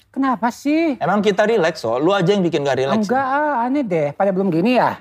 Kenapa sih? Emang kita rileks, so. Lu aja yang bikin gak rileks. Enggak, aneh deh. Pada belum gini ya?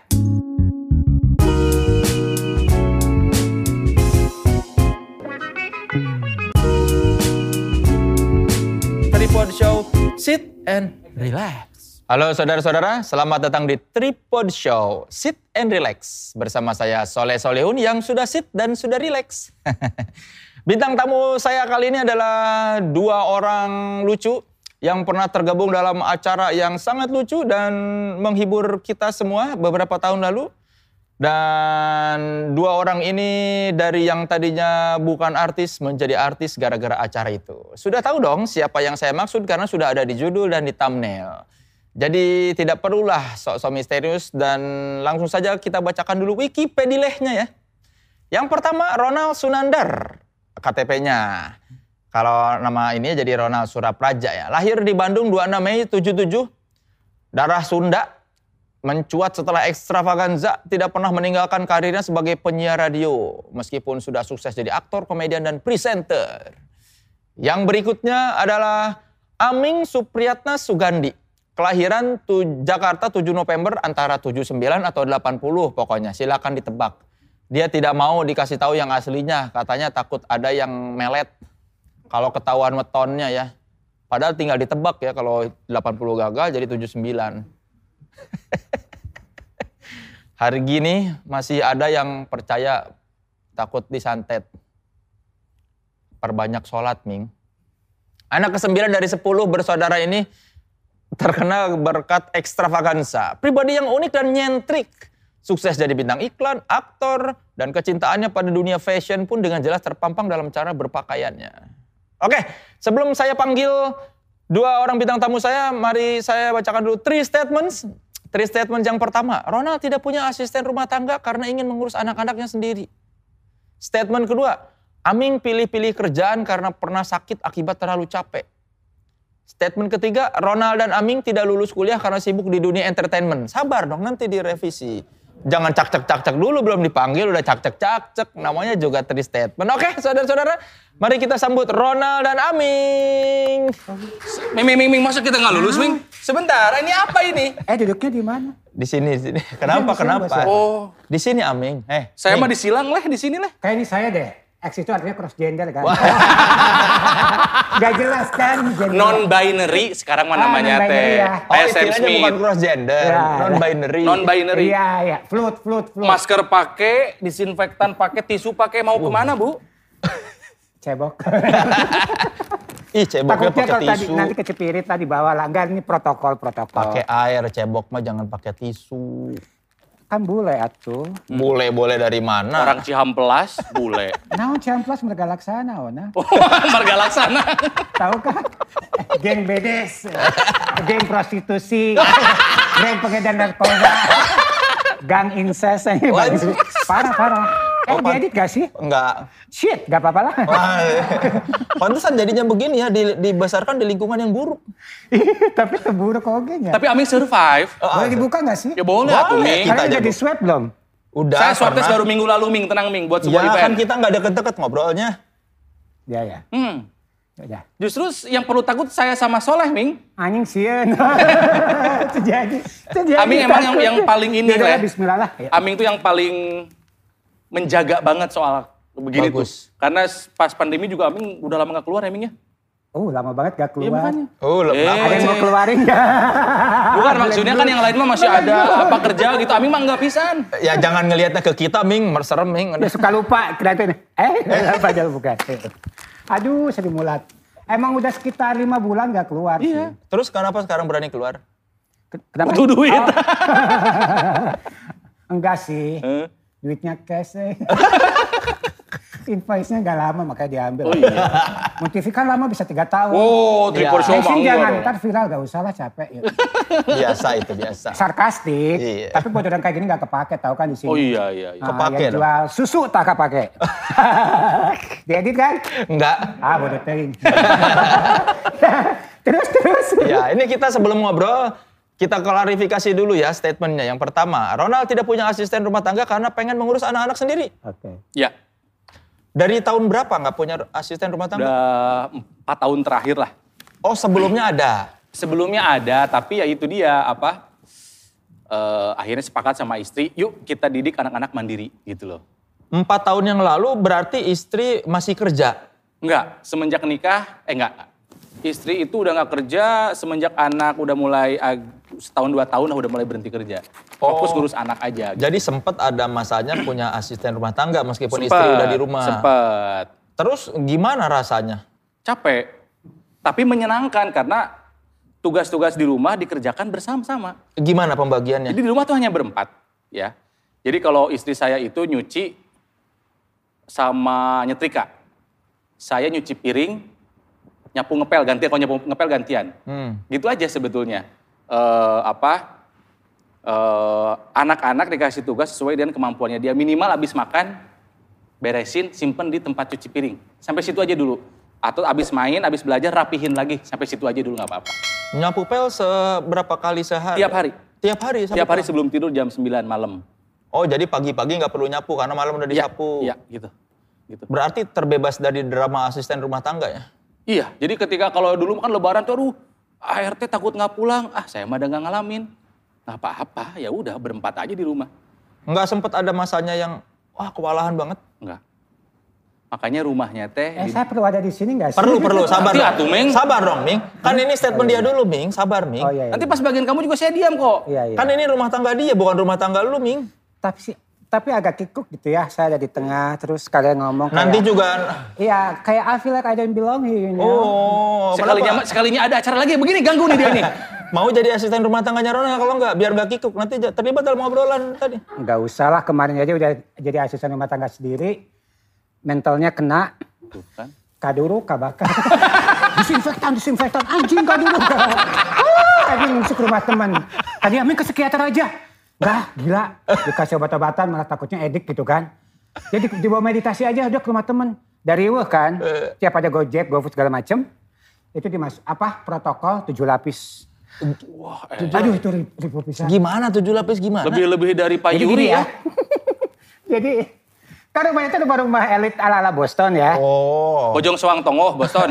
Tripod Show, sit and relax. Halo saudara-saudara, selamat datang di Tripod Show, sit and relax. Bersama saya Soleh Solehun yang sudah sit dan sudah relax. Bintang tamu saya kali ini adalah dua orang lucu yang pernah tergabung dalam acara yang sangat lucu dan menghibur kita semua beberapa tahun lalu. Dan dua orang ini dari yang tadinya bukan artis menjadi artis gara-gara acara itu. Sudah tahu dong siapa yang saya maksud karena sudah ada di judul dan di thumbnail. Jadi tidak perlulah sok-sok misterius dan langsung saja kita bacakan dulu Wikipedianya ya. Yang pertama Ronald Sunandar, KTP-nya. Kalau nama ini jadi Ronald Surapraja ya. Lahir di Bandung 26 Mei 77. Darah Sunda. Mencuat setelah ekstravaganza, tidak pernah meninggalkan karirnya sebagai penyiar radio. Meskipun sudah sukses jadi aktor, komedian, dan presenter. Yang berikutnya adalah Aming Supriyatna Sugandi. Kelahiran Jakarta 7 November antara 79 atau 80 pokoknya. Silakan ditebak. Dia tidak mau dikasih tahu yang aslinya. Katanya takut ada yang melet. Kalau ketahuan wetonnya ya. Padahal tinggal ditebak ya. Kalau 80 gagal jadi 79. Hari gini masih ada yang percaya takut disantet. Perbanyak sholat, Ming. Anak ke-9 dari 10 bersaudara ini terkenal berkat ekstravaganza. Pribadi yang unik dan nyentrik. Sukses jadi bintang iklan, aktor, dan kecintaannya pada dunia fashion pun dengan jelas terpampang dalam cara berpakaiannya. Oke, sebelum saya panggil dua orang bintang tamu saya, mari saya bacakan dulu 3 statements. 3 statement yang pertama, Ronald tidak punya asisten rumah tangga karena ingin mengurus anak-anaknya sendiri. Statement kedua, Aming pilih-pilih kerjaan karena pernah sakit akibat terlalu capek. Statement ketiga, Ronald dan Aming tidak lulus kuliah karena sibuk di dunia entertainment. Sabar dong, nanti direvisi. Jangan cak-cak dulu, belum dipanggil udah cak-cak. Namanya juga 3 statement. Oke, saudara-saudara, mari kita sambut Ronald dan Aming. Ming, masa kita nggak lulus, Ming? Sebentar, ini apa ini? Duduknya di mana? Di sini. Kenapa? Oh, Di sini Aming. saya mah disilang di sini lah. Kayak ini saya deh. X itu artinya cross gender kan? Gak jelas kan? Non-binary sekarang mah namanya non-binary teh. ya. Kayak Sam istilahnya Smith. bukan cross gender, Ya. non-binary. Non-binary. Iya. Flut. Masker pakai, disinfektan pakai, tisu pakai, mau kemana, Bu? Cebok. Ih, ceboknya Takutnya pakai kalau tadi tisu. nanti kecepirit tadi bawa lah. Enggak, ini protokol. Pakai air, cebok mah jangan pakai tisu. Kan bule atuh. Boleh dari mana? Orang Cihampelas, bule. Naon Ciamplas mereka laksana, Ona. Marga Laksana. Tahu kan? Geng bedes, geng prostitusi, geng pengedar narkoba, gang incest. Parah. Diedit gak sih? Enggak. Shit, gak apa-apa lah. Wah, pantesan jadinya begini ya, dibesarkan di lingkungan yang buruk. Tapi keburu kogenya. Tapi Aming survive. Boleh dibuka gak sih? Ya boleh atuh, Boleh. Ming. Kita Kalian aja, udah di Bu. swab belum? Udah. Saya swab test pernah. baru minggu lalu, Ming. Tenang, Ming. Buat sebuah Ya kan event. kita nggak deket-deket ngobrolnya. Ya. Udah. Justru yang perlu takut saya sama Soleh, Ming. Anjing sieun. Terjadi. Aming emang yang paling ini Yaudah, lah. Bismillah lah. Ya. Aming tuh yang paling menjaga banget soal begini Bagus. tuh. Karena pas pandemi juga Aming udah lama gak keluar ya, Ming ya? Lama banget gak Iya keluar. makanya. Ada yang mau keluarin gak? Bukan maksudnya kan yang lain mah masih ada apa kerja gitu. Aming mah nggak pisan. Ya jangan ngelihatnya ke kita, Ming. Serem, Ming. Dia suka lupa. Kelihatan. Apa aja bukan. Aduh, sedih mulat. Emang udah sekitar 5 bulan gak keluar Iya. sih. Terus kenapa sekarang berani keluar? Kenapa? Butuh duit. Enggak sih. Duitnya cash. Invoice-nya gak lama makanya diambil. Oh iya. Motivi kan lama bisa 3 tahun. Oh, Tripod Show Bensin mah jangan, enggak. ntar viral gak usah lah capek. Ya. Biasa. Sarkastik, Iya. tapi bocoran kayak gini gak kepake tau kan di sini. Oh iya. Kepake yang dong. jual susu tak kepake. Diedit kan? Enggak. Bodoh teuing. Terus. Ya, ini kita sebelum ngobrol, kita klarifikasi dulu ya statementnya. Yang pertama, Ronald tidak punya asisten rumah tangga karena pengen mengurus anak-anak sendiri. Oke. Ya, Dari tahun berapa nggak punya asisten rumah tangga? udah 4 tahun terakhir lah. Oh, sebelumnya ada. Sebelumnya ada, tapi ya itu dia akhirnya sepakat sama istri, yuk kita didik anak-anak mandiri gitu loh. 4 tahun yang lalu berarti istri masih kerja? Enggak, semenjak nikah, enggak. Istri itu udah nggak kerja semenjak anak udah mulai setahun 2 tahun udah mulai berhenti kerja. Fokus ngurus anak aja. Gitu. Jadi sempat ada masanya punya asisten rumah tangga meskipun istri udah di rumah. Sempet. Terus gimana rasanya? Capek, tapi menyenangkan karena tugas-tugas di rumah dikerjakan bersama-sama. Gimana pembagiannya? Jadi di rumah tuh hanya berempat, ya. Jadi kalau istri saya itu nyuci sama nyetrika. Saya nyuci piring, nyapu ngepel gantian, kalau nyapu ngepel gantian. Gitu aja sebetulnya. Anak-anak dikasih tugas sesuai dengan kemampuannya dia. Minimal habis makan, beresin, simpen di tempat cuci piring. Sampai situ aja dulu. Atau habis main, habis belajar, rapihin lagi. Sampai situ aja dulu nggak apa-apa. Nyapu pel seberapa kali sehari? Tiap hari. Tiap hari? Tiap hari sebelum tidur jam 9 malam. Oh jadi pagi-pagi nggak perlu nyapu karena malam udah disapu? Iya, gitu. Berarti terbebas dari drama asisten rumah tangga ya? Iya, jadi ketika kalau dulu kan lebaran tuh aduh ART takut nggak pulang. Saya mah udah nggak ngalamin. Nggak apa-apa, ya udah berempat aja di rumah. Nggak sempet ada masanya yang wah kewalahan banget? Enggak. Makanya rumahnya teh. Saya perlu ada di sini nggak sih? Perlu, sabar Nanti dong. atuh, Ming. Sabar dong, Ming. Kan ini statement dia dulu, Ming. Sabar, Ming. Oh iya. Nanti pas bagian kamu juga saya diam kok. Iya. Kan ini rumah tangga dia, bukan rumah tangga lu, Ming. Tapi agak kikuk gitu ya, saya ada di tengah, terus kalian ngomong kayak... Nanti juga... Iya, kayak I feel like I don't belong here, you know? Oh, Sekalinya ada acara lagi begini ganggu nih dia nih. Mau jadi asisten rumah tangganya Ronald, kalau enggak, biar enggak kikuk. Nanti terlibat dalam obrolan tadi. Enggak usah lah, kemarin aja udah jadi asisten rumah tangga sendiri. Mentalnya kena. Tuh kan. Kaduru, kabakar. disinfektan, anjing kaduru. Anjing masuk rumah teman. Tadi Amin ke psikiater aja. Bah, gila. Dikasih obat-obatan malah takutnya edik gitu kan. Jadi dibawa meditasi aja udah ke rumah temen. Dari kan, tiap ada Gojek, GoFood segala macem. Itu dimasuk, protokol 7 lapis. Wah, Aduh itu ribu pisah. Gimana 7 lapis gimana? Lebih dari Pak Jadi Yuri gini ya. Jadi, kan rumahnya itu rumah elit ala-ala Boston ya. Oh. Bojong Soang Tongoh, Boston.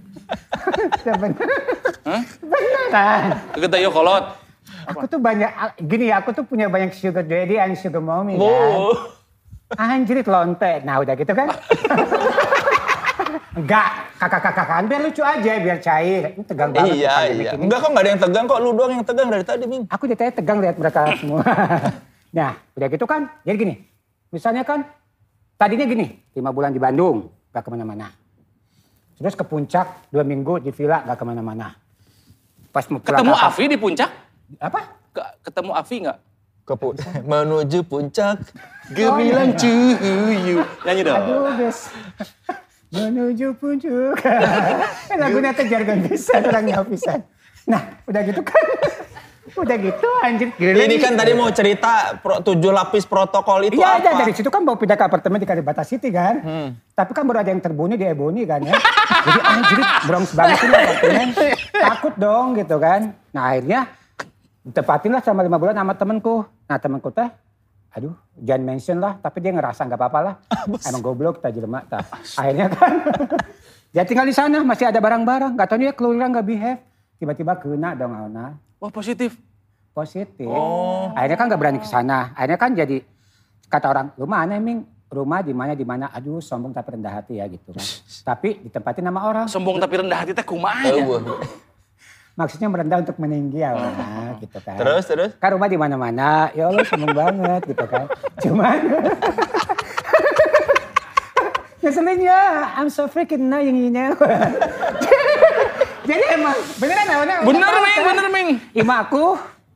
Beneran. Deket Dayo Kolot. Aku tuh aku tuh punya banyak sugar daddy and sugar mommy Oh. kan. Anjrit lonte. Nah udah gitu kan. Enggak, kakak-kakakan biar lucu aja, biar cair. Ini tegang banget. Iya. Enggak kok, enggak ada yang tegang kok. Lu doang yang tegang dari tadi, Ming. Aku ditanya tegang lihat mereka semua. Nah, udah gitu kan. Jadi gini, misalnya kan, tadinya gini, 5 bulan di Bandung, gak kemana-mana. Terus ke puncak, 2 minggu di villa, gak kemana-mana. Pas mau pulang Ketemu Afi di puncak? Apa? Ketemu Afi nggak? Menuju puncak, Gemilang cuyu. Nyanyi dong. Aduh, guys. Menuju puncak. Lagunya tuh jargon pisan, orangnya pisan. Nah, udah gitu kan. Udah gitu anjir. Ini kan tadi mau cerita 7 lapis protokol itu iya, apa? Iya, dari situ kan mau pindah ke apartemen di Kalibata City kan. Tapi kan baru ada yang terbunuh di Ebony kan ya. Jadi anjir, Bronx banget ini apartemen. Takut dong gitu kan. Nah akhirnya ditempatin lah selama 5 bulan sama temenku. Nah temenku teh, aduh jangan mention lah. Tapi dia ngerasa gak apa-apa lah. Emang goblok tak jelema. Akhirnya kan, dia tinggal di sana masih ada barang-barang. Gak tau dia keluarga gak behave. Tiba-tiba kena dong Auna. Wah positif. Positif. Akhirnya kan gak berani ke sana. Akhirnya kan jadi kata orang, lu mana Ming? Rumah di mana? Aduh, sombong tapi rendah hati ya gitu kan. Tapi ditempatin sama orang. Sombong tapi rendah hati teh kumaha ya? Maksudnya merendah untuk meninggi ya, gitu kan. Terus? Kan rumah di mana-mana, ya Allah sombong banget gitu kan. Cuman ngeselinnya, I'm so freaking annoying, you know. Jadi emang beneran awalnya. Bener Ming. Imaku.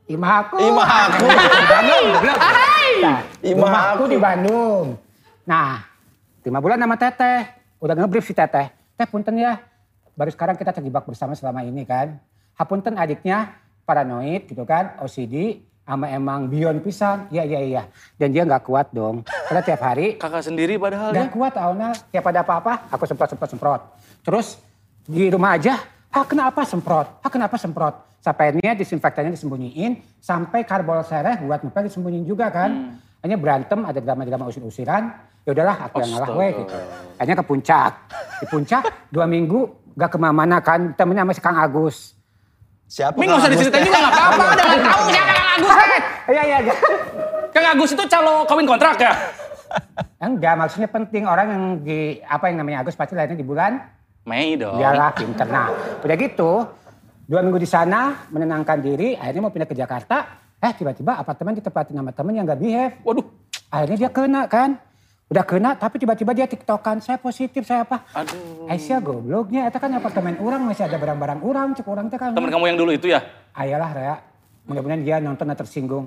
Imaku di Bandung. Nah, 5 bulan sama Teteh. Udah ngebrief si Teteh. Teh punten ya, baru sekarang kita terjebak bersama selama ini kan. Hapunten adiknya paranoid gitu kan, OCD. Sama emang beyond pisan, iya. Dan dia gak kuat dong. Karena tiap hari. Kakak sendiri padahal ya. Gak kuat Auna, tiap ada apa-apa aku semprot. Terus di rumah aja, kenapa semprot. Sampai akhirnya disinfektannya disembunyiin, sampai karbol sereh buat ngepel disembunyiin juga kan. Hanya berantem, ada drama-drama usir-usiran. Ya udahlah aku yang ngalah gitu. Akhirnya ke puncak. Di puncak 2 minggu gak kemana-mana kan, temennya sama si Kang Agus. Siapa? Ming nggak usah diceritain juga nggak apa-apa, udah nggak tahu siapa Kang Agus. Iya. Kang Agus itu calo kawin kontrak ya? Enggak, maksudnya penting orang yang yang namanya Agus pasti lahirnya di bulan Mei dong. Iyalah, pinter. Nah, udah gitu, 2 minggu di sana, menenangkan diri, akhirnya mau pindah ke Jakarta, tiba-tiba apartemen ditempatin sama temen yang gak behave. Waduh. Akhirnya dia kena kan. Udah kena, tapi tiba-tiba dia tiktokan, saya positif, saya apa. Aduh. Aisyah gobloknya, itu kan apartemen orang, masih ada barang-barang orang, cek orang itu kan. Temen kamu yang dulu itu ya? Ayolah, Rea. Mudah-mudahan dia nonton dan tersinggung.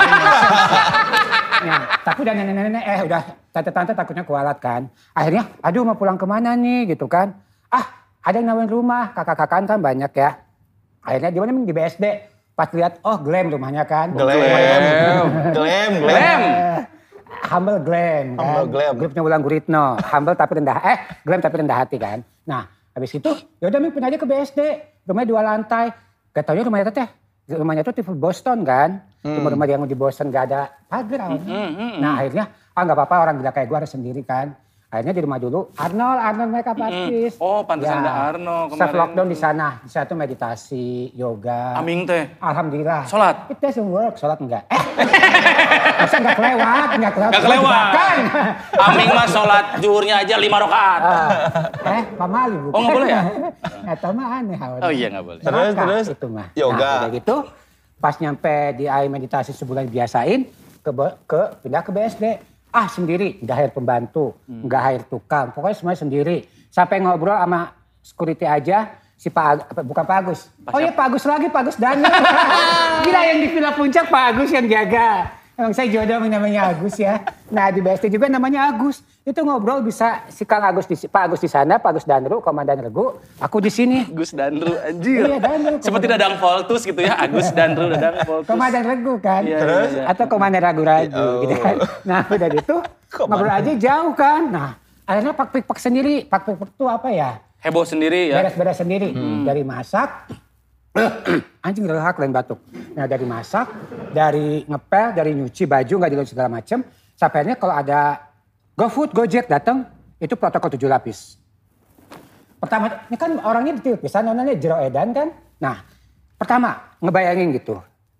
Nah, tapi udah nenek-nenek, udah tante-tante takutnya kualat kan. Akhirnya, aduh mau pulang kemana nih gitu kan. Ada yang nawarin rumah, kakak-kakaan kan banyak ya. Akhirnya di mana di BSD. Pas lihat, glam rumahnya kan. Glam. Humble glam kan. Humble glam. Grupnya Wulan Guritno. Humble tapi rendah, glam tapi rendah hati kan. Nah, habis itu yaudah Ming pindah aja ke BSD. Rumahnya 2 lantai. Gak taunya rumahnya tuh tipe Boston kan. Rumah yang di Boston gak ada pagar. Nah akhirnya, gak apa-apa orang gila kayak gue harus sendiri kan. Akhirnya di rumah dulu, Arnold makeup artist. Oh, pantesan ada Arnold kemarin. Self lockdown di sana. Di sana tuh meditasi, yoga. Aming teh. Alhamdulillah. Sholat? It doesn't work, sholat enggak. Masa enggak kelewat. Enggak kelewat. Aming mah sholat zuhurnya aja 5 rakaat. Pamali bukan. Oh, enggak boleh ya? Itu mah aneh. Oh iya enggak boleh. Terus? Itu mah. Yoga. Nah, udah gitu, pas nyampe di AI meditasi sebulan biasain, pindah ke BSD. Sendiri, nggak hire pembantu, nggak hire tukang, pokoknya semuanya sendiri. Sampai ngobrol sama security aja, bukan Pak Agus. Pak Agus lagi, Pak Agus Daniel. Gila yang di Villa Puncak Pak Agus yang jaga. Emang saya jodoh namanya Agus ya. Nah di BSD juga namanya Agus. Itu ngobrol bisa si Kang Agus, Pak Agus di sana, Pak Agus Danru, Komandan Regu, aku di sini. Gus Danru, anjir. Iya, Danru. Seperti Dadang Voltus gitu ya, Agus Danru, Dadang Voltus. Komandan Regu kan. Iya, terus? Atau Komandan Ragu-Ragu gitu kan. Nah udah gitu, ngobrol aja jauh kan. Nah akhirnya pak-pik-pak sendiri. Pak-pik-pak itu apa ya? Heboh sendiri ya? Beres-beres sendiri. Dari masak, anjing relak lain batuk. Nah dari masak, dari ngepel, dari nyuci baju, nggak dilucu segala macem. Sampainya kalau ada GoFood, Gojek datang, itu protokol 7 lapis. Pertama, ini kan orangnya di pisan, namanya Jero Edan kan. Nah, pertama ngebayangin gitu.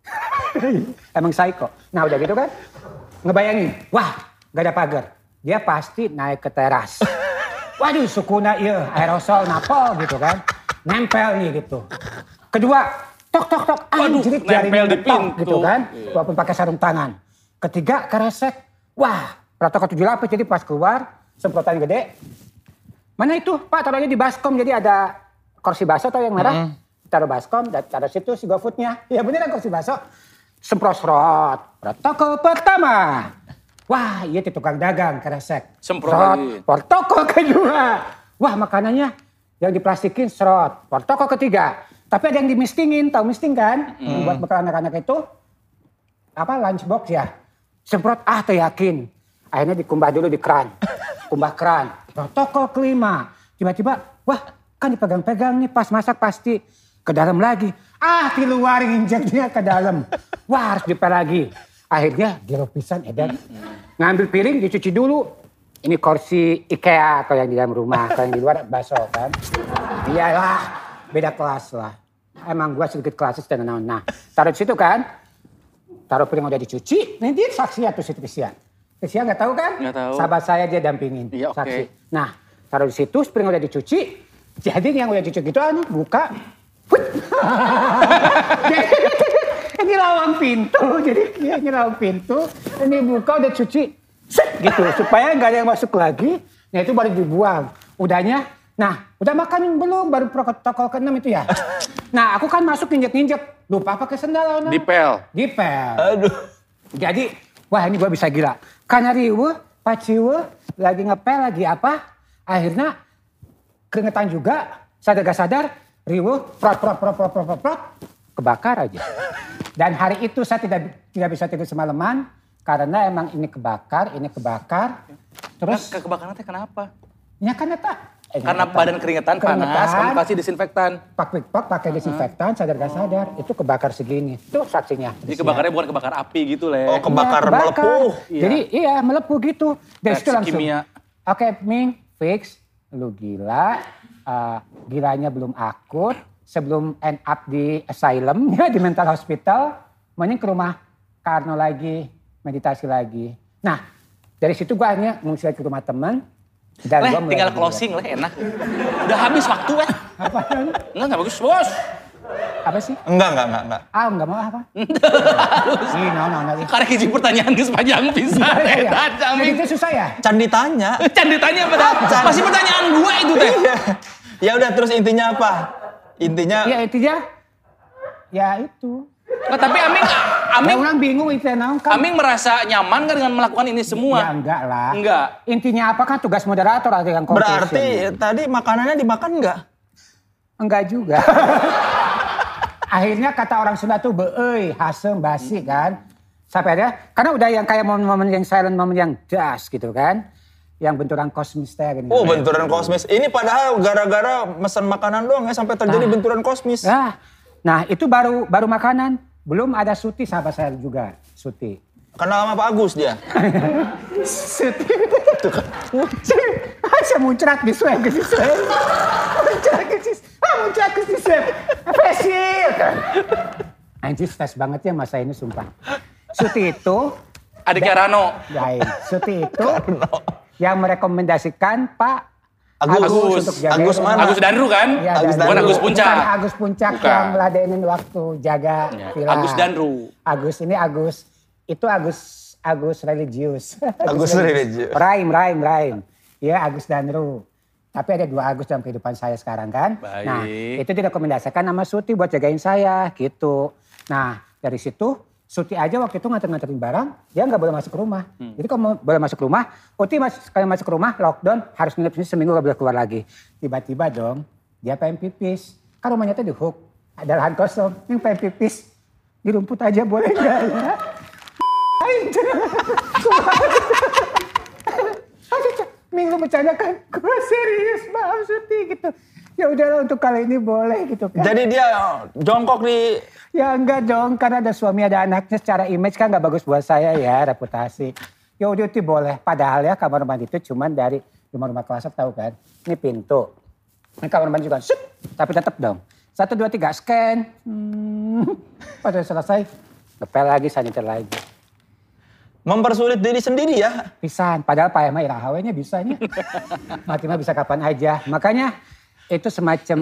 Emang psycho. Nah udah gitu kan, ngebayangin, wah gak ada pagar. Dia pasti naik ke teras. Waduh sukuna iya, aerosol napol gitu kan. Nempel nih gitu. Kedua, tok. Anjir jaringnya di pintu gitu kan. Walaupun pakai sarung tangan. Ketiga, keresek. Wah, protokol 7 lapis. Jadi pas keluar, semprotan gede. Mana itu? Pak, taruhnya di baskom. Jadi ada kursi baso atau yang merah. Taruh baskom, taruh situ si GoFoodnya. Ya beneran kursi baso. Semprot. Protokol pertama. Wah, iya tukang dagang keresek. Semprotin. Protokol kedua. Wah, makanannya yang diplastikin serot. Protokol ketiga. Tapi ada yang dimistingin, tahu misting kan? Buat bekal anak-anak itu apa lunchbox ya. Semprot, yakin. Akhirnya dikumbah dulu di keran. Kumbah keran. Protokol kelima. Tiba-tiba, wah kan dipegang-pegang nih pas masak pasti ke dalam lagi. Keluar injeknya ke dalam. Wah harus dipel lagi. Akhirnya diropisan Edan. Ngambil piring dicuci dulu. Ini kursi IKEA kalau yang di dalam rumah. Kalau yang di luar bakso kan. Iyalah beda kelas lah. Emang gua sedikit klasis dan naon. Nah taruh di situ kan. Taruh piring udah dicuci. Nanti saksinya tuh si Trisia. Trisia gak tahu kan? Gak tahu. Sahabat saya dia dampingin. Iya, saksi. oke. Nah taruh di situ piring udah dicuci. Jadi yang udah dicuci gitu buka. Ini lawang pintu, jadi ini lawang pintu, ini buka udah cuci, gitu supaya nggak ada yang masuk lagi. Nah itu baru dibuang. Udahnya, nah udah makan belum? Baru protokol ke-6 itu ya. Nah aku kan masuk nginjek-nginjek, lupa pakai sendal. Dipel. Aduh. Jadi, wah ini gua bisa gila. Karena riweuh, paciweuh, lagi ngepel, lagi apa? Akhirnya keringetan juga, sadar gak sadar, riweuh, prot, kebakar aja. Dan hari itu saya tidak bisa tidur semalaman karena emang ini kebakar. Terus Kebakaran teh kenapa? ya kan eta. Karena badan keringetan panas, kamu kasih disinfektan. Pak pakai disinfektan, sadar gak sadar itu kebakar segini. Itu saksinya. Jadi kebakarnya bukan kebakar api gitu Le. Oh kebakar melepuh. Jadi iya melepuh gitu. Dan Reaksi itu langsung. kimia. Oke, Ming, fix. Lu gila. Gilanya belum akut. sebelum end up di asylum, ya, di mental hospital, mending ke rumah Karno lagi, meditasi lagi. Nah, dari situ gue akhirnya ngungsi ke rumah teman. Dan Leh, tinggal closing, Leh, enak. Udah habis waktu, Apa? Enggak bagus, bos. Apa sih? Enggak. Enggak mau apa? Ih, no. Karena kisi pertanyaan ke sepanjang bisa. Jadi itu susah ya? Can ditanya. Can ditanya apa? Pasti pertanyaan gue itu teh. Ya udah terus intinya apa? Intinya Ya itu. Nah, tapi Aming Orang bingung itu naon kan. Aming merasa nyaman kan dengan melakukan ini semua? Ya enggak lah. Enggak. Intinya apa kan tugas moderator dengan berarti tadi makanannya dimakan enggak? Enggak juga. Akhirnya kata orang Sunda tuh beeuy, hasem, basi kan. Sampai ada, karena udah yang kayak momen-momen yang silent, momen yang das gitu kan. Yang benturan kosmis teh. Gini. Oh benturan kosmis. Ini padahal gara-gara mesen makanan doang ya sampai terjadi benturan kosmis. Nah itu baru makanan. Belum ada Suti sahabat saya juga. Suti. Kenal sama Pak Agus dia? Suti. Itu kan. Saya muncrat di swag. Muncrat ke si swag. Fasil kan. Anjir stres banget ya masa ini sumpah. Suti itu. Adiknya Rano. Lain. Suti itu. Yang merekomendasikan Pak Agus untuk jaga mana? Agus Danru kan? Ya, Bukan Agus Puncak. Bukan Agus Puncak yang ladenin waktu jaga villa. Agus Danru. Agus ini Agus. Itu Agus religius. Agus religius. Rhyme. Ya Agus Danru. Tapi ada 2 Agus dalam kehidupan saya sekarang kan. Baik. Nah itu direkomendasikan sama Suti buat jagain saya gitu. Nah dari situ Suti aja waktu itu nganterin barang, dia nggak boleh masuk ke rumah. Jadi kalau boleh masuk ke rumah, Uti sekali masuk ke rumah, lockdown, harus nginep sini seminggu nggak boleh keluar lagi. Tiba-tiba dong, dia pengen pipis. Kan rumahnya tuh di hook, ada lahan kosong, yang pengen pipis. Di rumput aja boleh nggak ya? Minggu bercanda kan, gue serius, maaf Suti gitu. Ya udahlah untuk kali ini boleh gitu kan. Jadi dia jongkok di... Ya enggak dong, karena ada suami ada anaknya secara image kan gak bagus buat saya ya, reputasi. Ya udah itu boleh, padahal ya kamar mandi itu cuman dari rumah-rumah klasik tahu kan. Ini pintu, ini kamar mandi juga, sup, tapi tetap dong. 1, 2, 3, scan. Pada selesai, ngepel lagi, saniter lagi. Mempersulit diri sendiri ya. Pisan, padahal Pak Ema irahawenya bisanya. Mati mah bisa kapan aja. Makanya itu semacam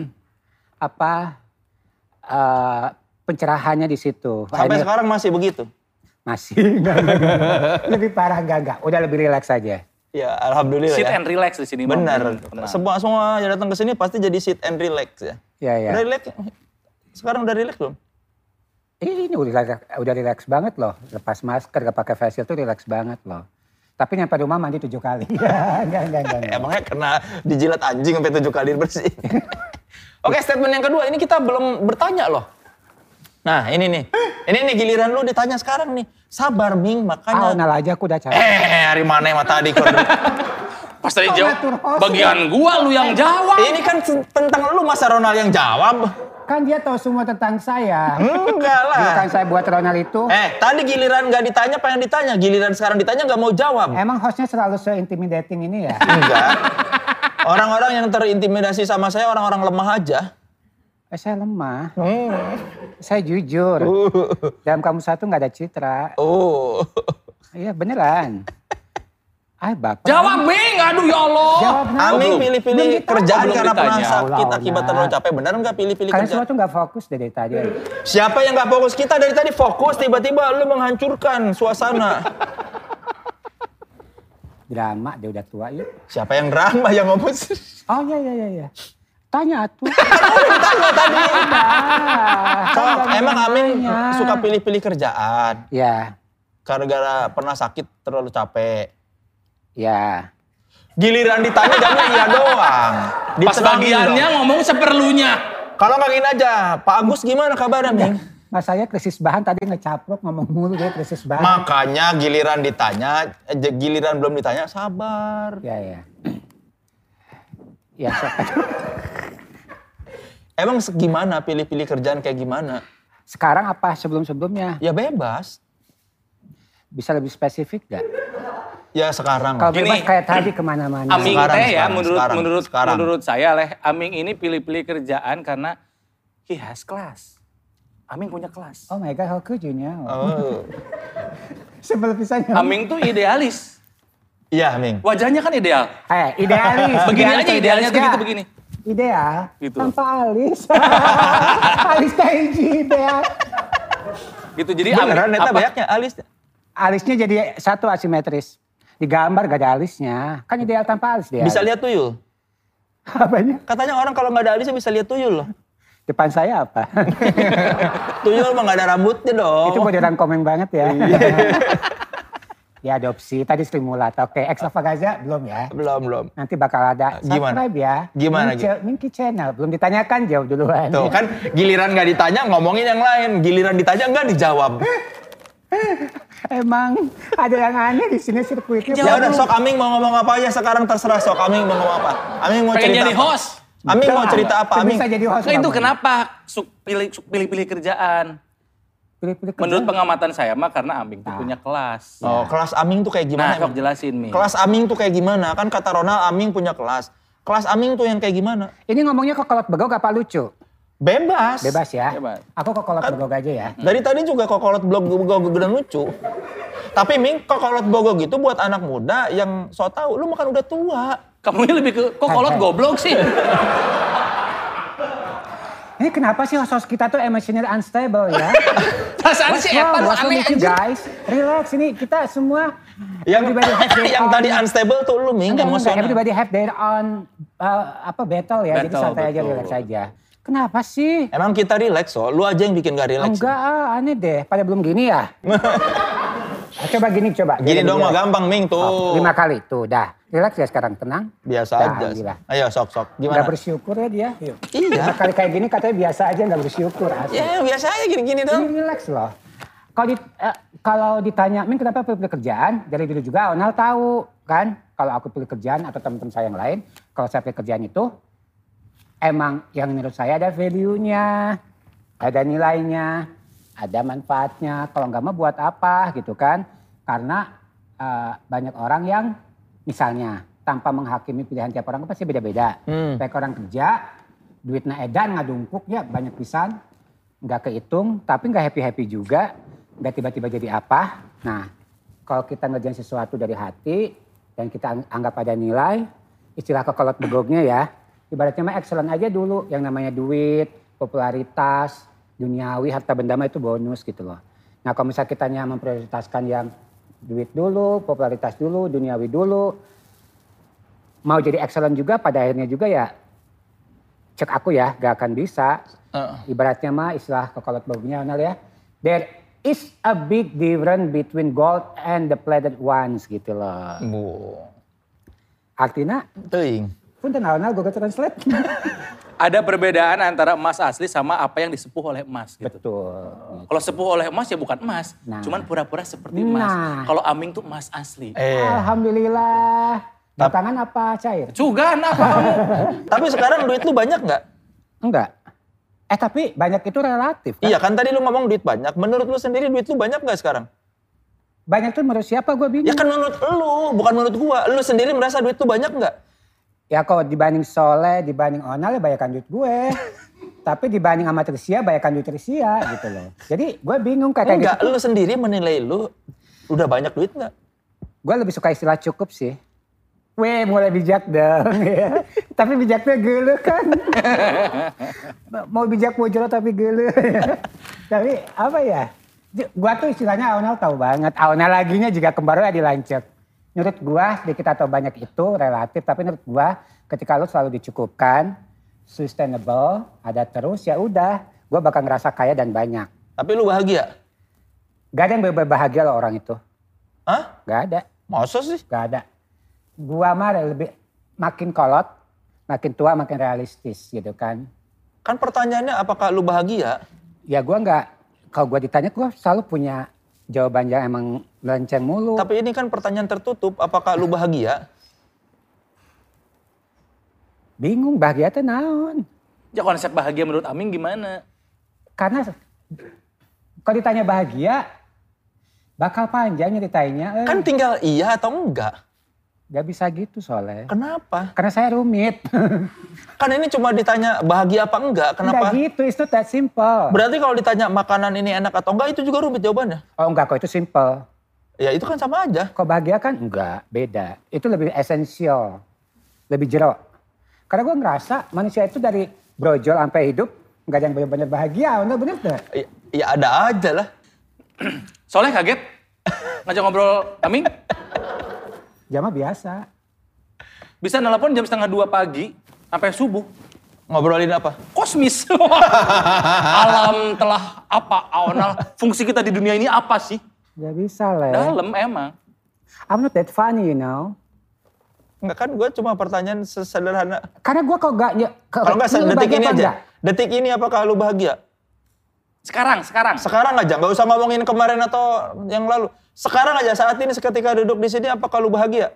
pencerahannya di situ. Sampai sekarang masih begitu? Masih, enggak. Lebih parah enggak. Udah lebih rileks aja. Ya alhamdulillah Sit ya. and relax di sini. Benar. Semua yang datang ke sini pasti jadi sit and relax ya. Iya. Udah relax? Sekarang udah relax belum? Ini udah relax banget loh. Lepas masker, gak pakai face shield tuh relax banget loh. Tapi nyampe rumah mandi 7 kali. Enggak. Emangnya kena dijilat anjing sampai 7 kali bersih. Oke, statement yang kedua, ini kita belum bertanya loh. Nah, ini nih. Ini nih giliran lu ditanya sekarang nih. Sabar, Ming, makanya. Nal aja aku udah capek. Hari mana yang tadi Pas tadi jawab, bagian gua lu yang jawab. Ini kan tentang lu, masa Ronald yang jawab? Kan dia tahu semua tentang saya. Enggak lah. Bukan saya buat Ronald itu. Tadi giliran gak ditanya, pengen ditanya. Giliran sekarang ditanya gak mau jawab. Emang hostnya selalu se-intimidating ini ya? Enggak. Orang-orang yang terintimidasi sama saya orang-orang lemah aja. Saya lemah. Saya jujur. Dalam kamu satu nggak ada citra. Iya beneran. Bapak. Jawab, Ming. Aduh ya Allah. Jawab, Aming pilih-pilih kerjaan karena pernah ditanya. sakit akibat terlalu capek. Benar nggak pilih-pilih Kalian kerjaan? semua tuh nggak fokus dari tadi. Siapa yang nggak fokus? Kita dari tadi fokus. Tiba-tiba lu menghancurkan suasana. Drama, dia udah tua yuk. Siapa yang drama yang ngomong? Oh iya. Tanya tuh. Tanya tadi. Kan Emang Aming suka pilih-pilih kerjaan? Ya. Gara-gara pernah sakit terlalu capek? Ya. Giliran ditanya jawabnya iya doang. Pas bagiannya ngomong seperlunya. Kalau nggak gini aja, Pak Agus gimana kabarnya, Ming? Mas saya krisis bahan tadi ngecaprok ngomong mulu dia krisis bahan. Makanya giliran ditanya, giliran belum ditanya, sabar. Ya. Ya, Emang gimana pilih-pilih kerjaan kayak gimana? sekarang apa sebelum-sebelumnya? Ya bebas. Bisa lebih spesifik gak? Ya sekarang. Kalau Gini, bebas kayak tadi kemana-mana. Aming Sekarang, teh ya sekarang. menurut saya Leh, Aming ini pilih-pilih kerjaan karena he has class. Aming punya kelas. Oh my God, how could you know? Oh. Sebelum pisahnya. Aming tuh idealis. Iya, Aming. Wajahnya kan ideal. Idealis. Begini aja idealnya tuh gak? gitu begini. Ideal, Gitu. tanpa alis. Alis kayak ideal. Gitu, jadi Beneran, Aming neta banyaknya alis. Alisnya jadi satu asimetris. Digambar gak ada alisnya. Kan ideal tanpa alis dia. Bisa lihat tuyul. Apanya? Katanya orang kalau nggak ada alisnya bisa lihat tuyul loh. Depan saya apa? Tuyul mah nggak ada rambutnya dong. Itu modern komeng banget ya. Diadopsi, tadi stimulator. Oke, extravaganza belum ya? Belum. Nanti bakal ada. Gimana? Subscribe ya. Gimana? Minky Channel. Belum ditanyakan, jawab duluan. Tuh kan giliran nggak ditanya ngomongin yang lain. Giliran ditanya nggak dijawab. Emang ada yang aneh di sini sirkuitnya. Ya udah sok Aming mau ngomong apa aja sekarang terserah sok Aming mau ngomong apa. Aming mau pengen cerita jadi apa? host. Aming mau cerita apa Aming? Bisa jadi host. Nah, itu kamu. kenapa pilih-pilih kerjaan? Pilih-pilih kerja. Menurut pengamatan saya mah karena Aming tuh punya kelas. Oh, kelas Aming tuh kayak gimana? Nah, sok jelasin Mi. Kelas Aming tuh kayak gimana? Kan kata Ronald Aming punya kelas. Kelas Aming tuh yang kayak gimana? Ini ngomongnya kokolot begok apa lucu? Bebas. Bebas ya. Bebas. Aku kokolot begok aja ya. Dari tadi juga kokolot blog dan lucu. Tapi Ming, kokolot bogog itu buat anak muda yang so tau, lu makan udah tua. Kamu ini lebih ke kokolot goblok sih. Ini kenapa sih host kita tuh emotional unstable ya? Perasaan si Evan lu What's wrong aneh with you aja. guys? Relax, ini kita semua. Yang everybody have their yang own- tadi unstable tuh lu Ming, Enggak, emosional. everybody have their own battle ya. Jadi Battle, santai aja, betul. relax aja. Kenapa sih? Emang kita relax so, lu aja yang bikin gak relax. Enggak, aneh deh. Pada belum gini ya? Coba gini, coba. Gini Biar dong mah relax. gampang Ming tuh. 5 kali, tuh dah. Relax ya sekarang, tenang. Biasa Dah, aja. alhamdulillah. Ayo sok. Gak Gimana? bersyukur ya dia. Yuk. Iya. 5 kali kayak gini katanya biasa aja, gak bersyukur. Asli. Ya biasa aja gini-gini Ini dong. relax loh. Kalau ditanya, Min kenapa pilih kerjaan? Dari dulu juga Onal tahu kan. Kalau aku pilih kerjaan atau teman-teman saya yang lain. Kalau saya pilih kerjaan itu, emang yang menurut saya ada value-nya. Ada nilainya, ada manfaatnya. Kalau nggak mau buat apa gitu kan. Karena banyak orang yang misalnya tanpa menghakimi pilihan tiap orang pasti beda-beda. Kayak orang kerja, duitnya edan ngadungkuk ya banyak pisan. Nggak kehitung, tapi nggak happy-happy juga. Nggak tiba-tiba jadi apa. Nah, kalau kita ngerjain sesuatu dari hati dan kita anggap ada nilai, istilah kokolot begognya ya, ibaratnya mah excellent aja dulu. Yang namanya duit, popularitas, duniawi, harta benda mah itu bonus gitu loh. Nah, kalau misalnya kita memprioritaskan yang duit dulu, popularitas dulu, duniawi dulu, mau jadi excellent juga pada akhirnya juga ya, cek aku ya, gak akan bisa. Ibaratnya mah istilah kokolot begognya Onal ya, there is a big difference between gold and the plated ones gitu loh. Artinya, Teuing. punten Onal Google Translate. Ada perbedaan antara emas asli sama apa yang disepuh oleh emas gitu. Betul. Kalau sepuh oleh emas ya bukan emas, Nah. cuman pura-pura seperti emas. Nah. Kalau Aming tuh emas asli. Alhamdulillah. Batangan apa cair? Cugan apa kamu? Tapi sekarang duit lu banyak nggak? Enggak. Tapi banyak itu relatif kan? Iya kan tadi lu ngomong duit banyak. Menurut lu sendiri duit lu banyak nggak sekarang? Banyak tuh menurut siapa gue bingung. Ya kan menurut lu, bukan menurut gua. Lu sendiri merasa duit lu banyak nggak? Ya kalau dibanding Soleh, dibanding Onal ya banyakan duit gue. Tapi dibanding sama Trisia, banyakan duit Trisia gitu loh. Jadi gue bingung kayak Enggak, gitu. lu sendiri menilai lu udah banyak duit nggak? Gue lebih suka istilah cukup sih. Weh mulai bijak dong ya. Tapi bijaknya gelo kan. Mau bijak mau jorok tapi gelo. Tapi apa ya. Gue tuh istilahnya Onal tahu banget. Onal laginya juga kembarnya dilancet. Menurut gue sedikit atau banyak itu relatif. Tapi menurut gue ketika lu selalu dicukupkan. Sustainable, ada terus ya udah. Gue bakal ngerasa kaya dan banyak. Tapi lu bahagia? Gak ada yang bahagia loh orang itu. Hah? Gak ada. Masa sih? Gak ada. Gua mah lebih makin kolot, makin tua makin realistis gitu kan. Kan pertanyaannya apakah lu bahagia? Ya gua nggak, kalau gua ditanya gua selalu punya jawaban yang emang lenceng mulu. Tapi ini kan pertanyaan tertutup, apakah lu bahagia? Bingung bahagia tuh naon. Ya konsep bahagia menurut Aming gimana? Karena kalau ditanya bahagia, bakal panjang nyeritainnya. Kan tinggal iya atau enggak. Gak bisa gitu soalnya. Kenapa? Karena saya rumit. Kan ini cuma ditanya bahagia apa enggak, kenapa? Enggak gitu, it's not that simple. Berarti kalau ditanya makanan ini enak atau enggak, itu juga rumit jawabannya. Oh enggak kok, itu simple. Ya itu kan sama aja. Kok bahagia kan? Enggak, beda. Itu lebih esensial, lebih jero. Karena gue ngerasa manusia itu dari brojol sampai hidup, enggak ada yang benar-benar bahagia, bener tuh. Ya ada aja lah. Soleh kaget? Ngajak ngobrol Aming? Jam biasa. Bisa nelpon jam 1:30 pagi sampai subuh. Ngobrolin apa? Kosmis. Alam telah apa, Aonal? Fungsi kita di dunia ini apa sih? Gak bisa lah. Dalam emang. I'm not that funny, you know. Enggak kan, gue cuma pertanyaan sederhana. Karena gue kalau gak... Kalau enggak detik ini aja. Enggak? Detik ini apakah lu bahagia? Sekarang. Sekarang aja, nggak usah ngomongin kemarin atau yang lalu. Sekarang aja, saat ini seketika duduk di sini, apakah lu bahagia?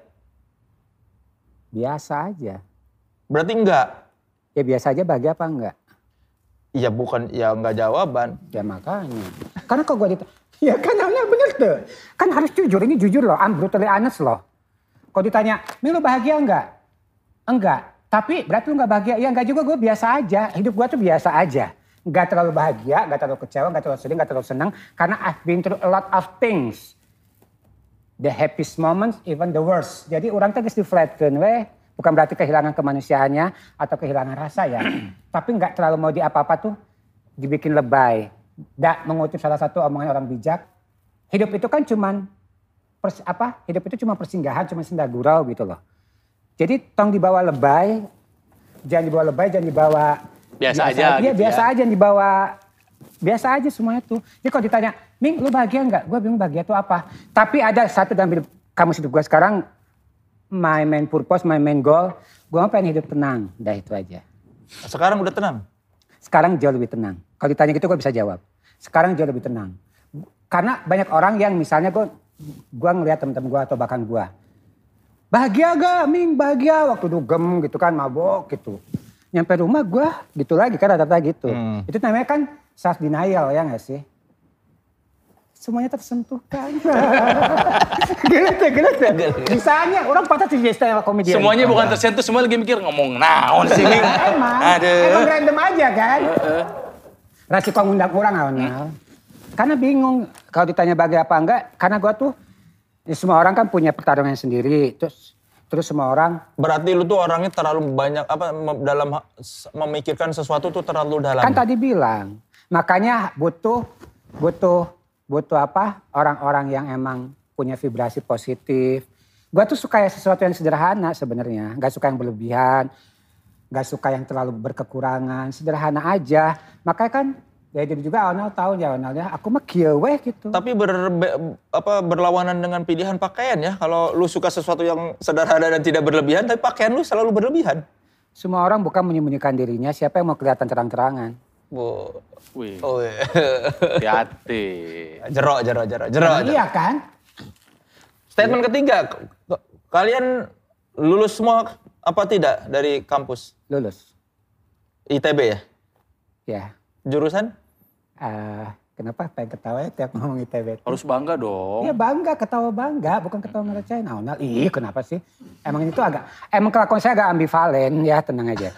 Biasa aja. Berarti enggak? Ya biasa aja, bahagia apa enggak? Iya bukan, ya enggak jawaban. Ya makanya. Karena kalau gue ya kan bener tuh. Kan harus jujur, ini jujur loh, I'm brutally honest loh. Kalau ditanya, "Mi lu bahagia enggak?" Enggak. Tapi berarti lu enggak bahagia? Ya enggak juga, gue biasa aja. Hidup gue tuh biasa aja. Enggak terlalu bahagia, enggak terlalu kecewa, enggak terlalu sedih, enggak terlalu senang. Karena I've been through a lot of things. The happiest moments, even the worst. Jadi orang tuh harus di-flatkan weh. Bukan berarti kehilangan kemanusiaannya atau kehilangan rasa ya. Tapi enggak terlalu mau di apa-apa tuh dibikin lebay. Mengutip salah satu omongan orang bijak. Hidup itu kan cuman hidup itu cuma persinggahan, cuma senda gurau gitu loh. Jadi tong dibawa lebay, jangan dibawa biasa aja. Iya gitu biasa ya. aja dibawa, biasa aja semuanya tuh. Jadi kalau ditanya, "Ming lu bahagia enggak?" Gue bingung bahagia itu apa. Tapi ada satu dalam hidup kamu hidup gue sekarang, my main purpose, my main goal, gue pengen hidup tenang. Udah itu aja. Sekarang udah tenang? Sekarang jauh lebih tenang. Kalau ditanya gitu gue bisa jawab. Sekarang jauh lebih tenang. Karena banyak orang yang misalnya gue ngeliat temen-temen gue atau bahkan gue. Bahagia gak Ming? Bahagia waktu dugem gitu kan, mabok gitu. Nyampe rumah gue gitu lagi kan rata-rata gitu. Itu namanya kan self denial ya gak sih? Semuanya tersentuh kan. Gila tuh. Misalnya orang patah jadi stand-up comedian. Semuanya bukan tersentuh, semua lagi mikir ngomong naon sih Ming. Emang random aja kan. Rasiko ngundang orang awal. Karena bingung kalau ditanya bahagia apa enggak. Karena gue tuh, ya semua orang kan punya pertarungan sendiri. Terus semua orang. Berarti lu tuh orangnya terlalu banyak dalam memikirkan sesuatu tuh terlalu dalam. Kan tadi bilang. Makanya butuh orang-orang yang emang punya vibrasi positif. Gue tuh suka ya sesuatu yang sederhana sebenarnya. Gak suka yang berlebihan. Gak suka yang terlalu berkekurangan. Sederhana aja. Makanya kan ya jadi juga Onal tahu ya Onal ya. Aku mah kieu weh gitu. Tapi berlawanan dengan pilihan pakaian ya. Kalau lu suka sesuatu yang sederhana dan tidak berlebihan, tapi pakaian lu selalu berlebihan. Semua orang bukan menyembunyikan dirinya. Siapa yang mau kelihatan terang-terangan? Wih. Oh iya. Hati-hati. Jero. Iya kan? Statement ketiga, kalian lulus semua apa tidak dari kampus? Lulus. ITB ya? Ya. Jurusan? Kenapa pengen ketawa ya tiap ngomong ITB? Harus bangga dong. Iya bangga, ketawa bangga, bukan ketawa ngerjain. Onal, kenapa sih? Emang itu emang kelakuan saya agak ambivalen ya, tenang aja.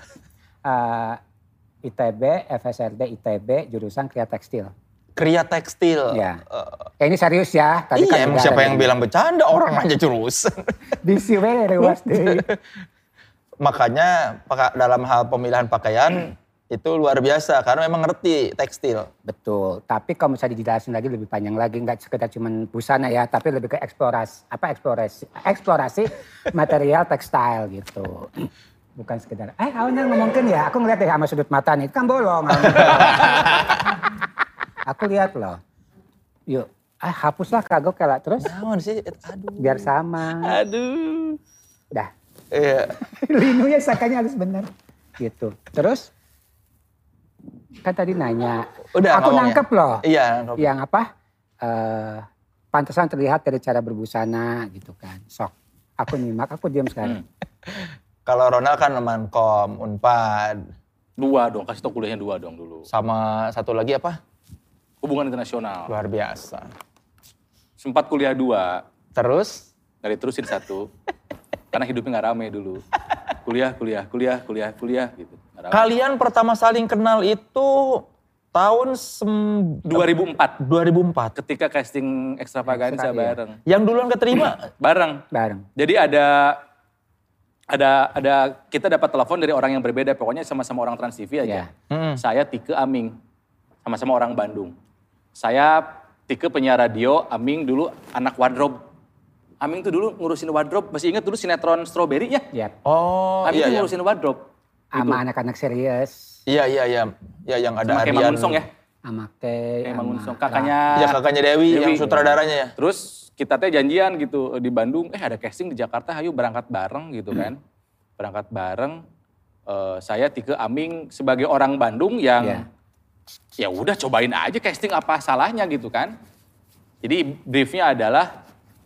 ITB, FSRD, ITB, jurusan Kriya Tekstil. Kriya Tekstil? Ya. Ini serius ya. Tadi iya, emang siapa yang bilang bercanda, orang aja jurusan. Disiwe rewas deh. Makanya dalam hal pemilihan pakaian itu luar biasa, karena memang ngerti tekstil. Betul, tapi kalau misalnya dijelasin lagi lebih panjang lagi, nggak sekedar cuman busana ya, tapi lebih ke eksplorasi material tekstil gitu. Bukan sekedar, awalnya ngomongin ya, aku ngeliat deh sama sudut mata nih, kan bolong. Aku lihat loh, yuk, hapuslah kagok kayak terus. Naon sih, aduh. Biar sama. Aduh. Dah. Iya. Linunya sakanya harus benar. Gitu, terus kan tadi nanya, udah, aku ngomongnya. nangkep loh. Iya. Yang apa, pantesan terlihat dari cara berbusana gitu kan. Sok, aku nyimak, aku diam sekarang. Kalau Ronald kan Mankom, Unpad. 2 dong, kasih tau kuliahnya 2 dong dulu. Sama satu lagi apa? Hubungan internasional. Luar biasa. Sempat kuliah 2. Terus? Nggak diterusin 1. Karena hidupnya nggak rame dulu. Kuliah gitu. Nggak rame. Kalian pertama saling kenal itu tahun 2004. 2004. Ketika casting Extravaganza Iya. bareng. Yang duluan keterima? Bareng. Jadi ada kita dapat telepon dari orang yang berbeda, pokoknya sama-sama orang Trans TV aja. Saya Tike, Aming, sama-sama orang Bandung. Saya Tike penyiar radio, Aming dulu anak wardrobe. Aming tuh dulu ngurusin wardrobe, masih ingat dulu sinetron Strawberry ya? Iya. Oh Aming iya, tuh iya. ngurusin wardrobe. Sama anak-anak serius. Iya. Ya yang ada Sama kayak Ardian. Mangunsong ya? Sama Kay, Kayak sama Mangunsong, Ra. Ya kakaknya Dewi yang sutradaranya ya. Terus kita teh janjian gitu di Bandung, ada casting di Jakarta, ayo berangkat bareng gitu kan. Berangkat bareng, saya Tike Aming sebagai orang Bandung yang ya udah cobain aja casting apa salahnya gitu kan. Jadi briefnya adalah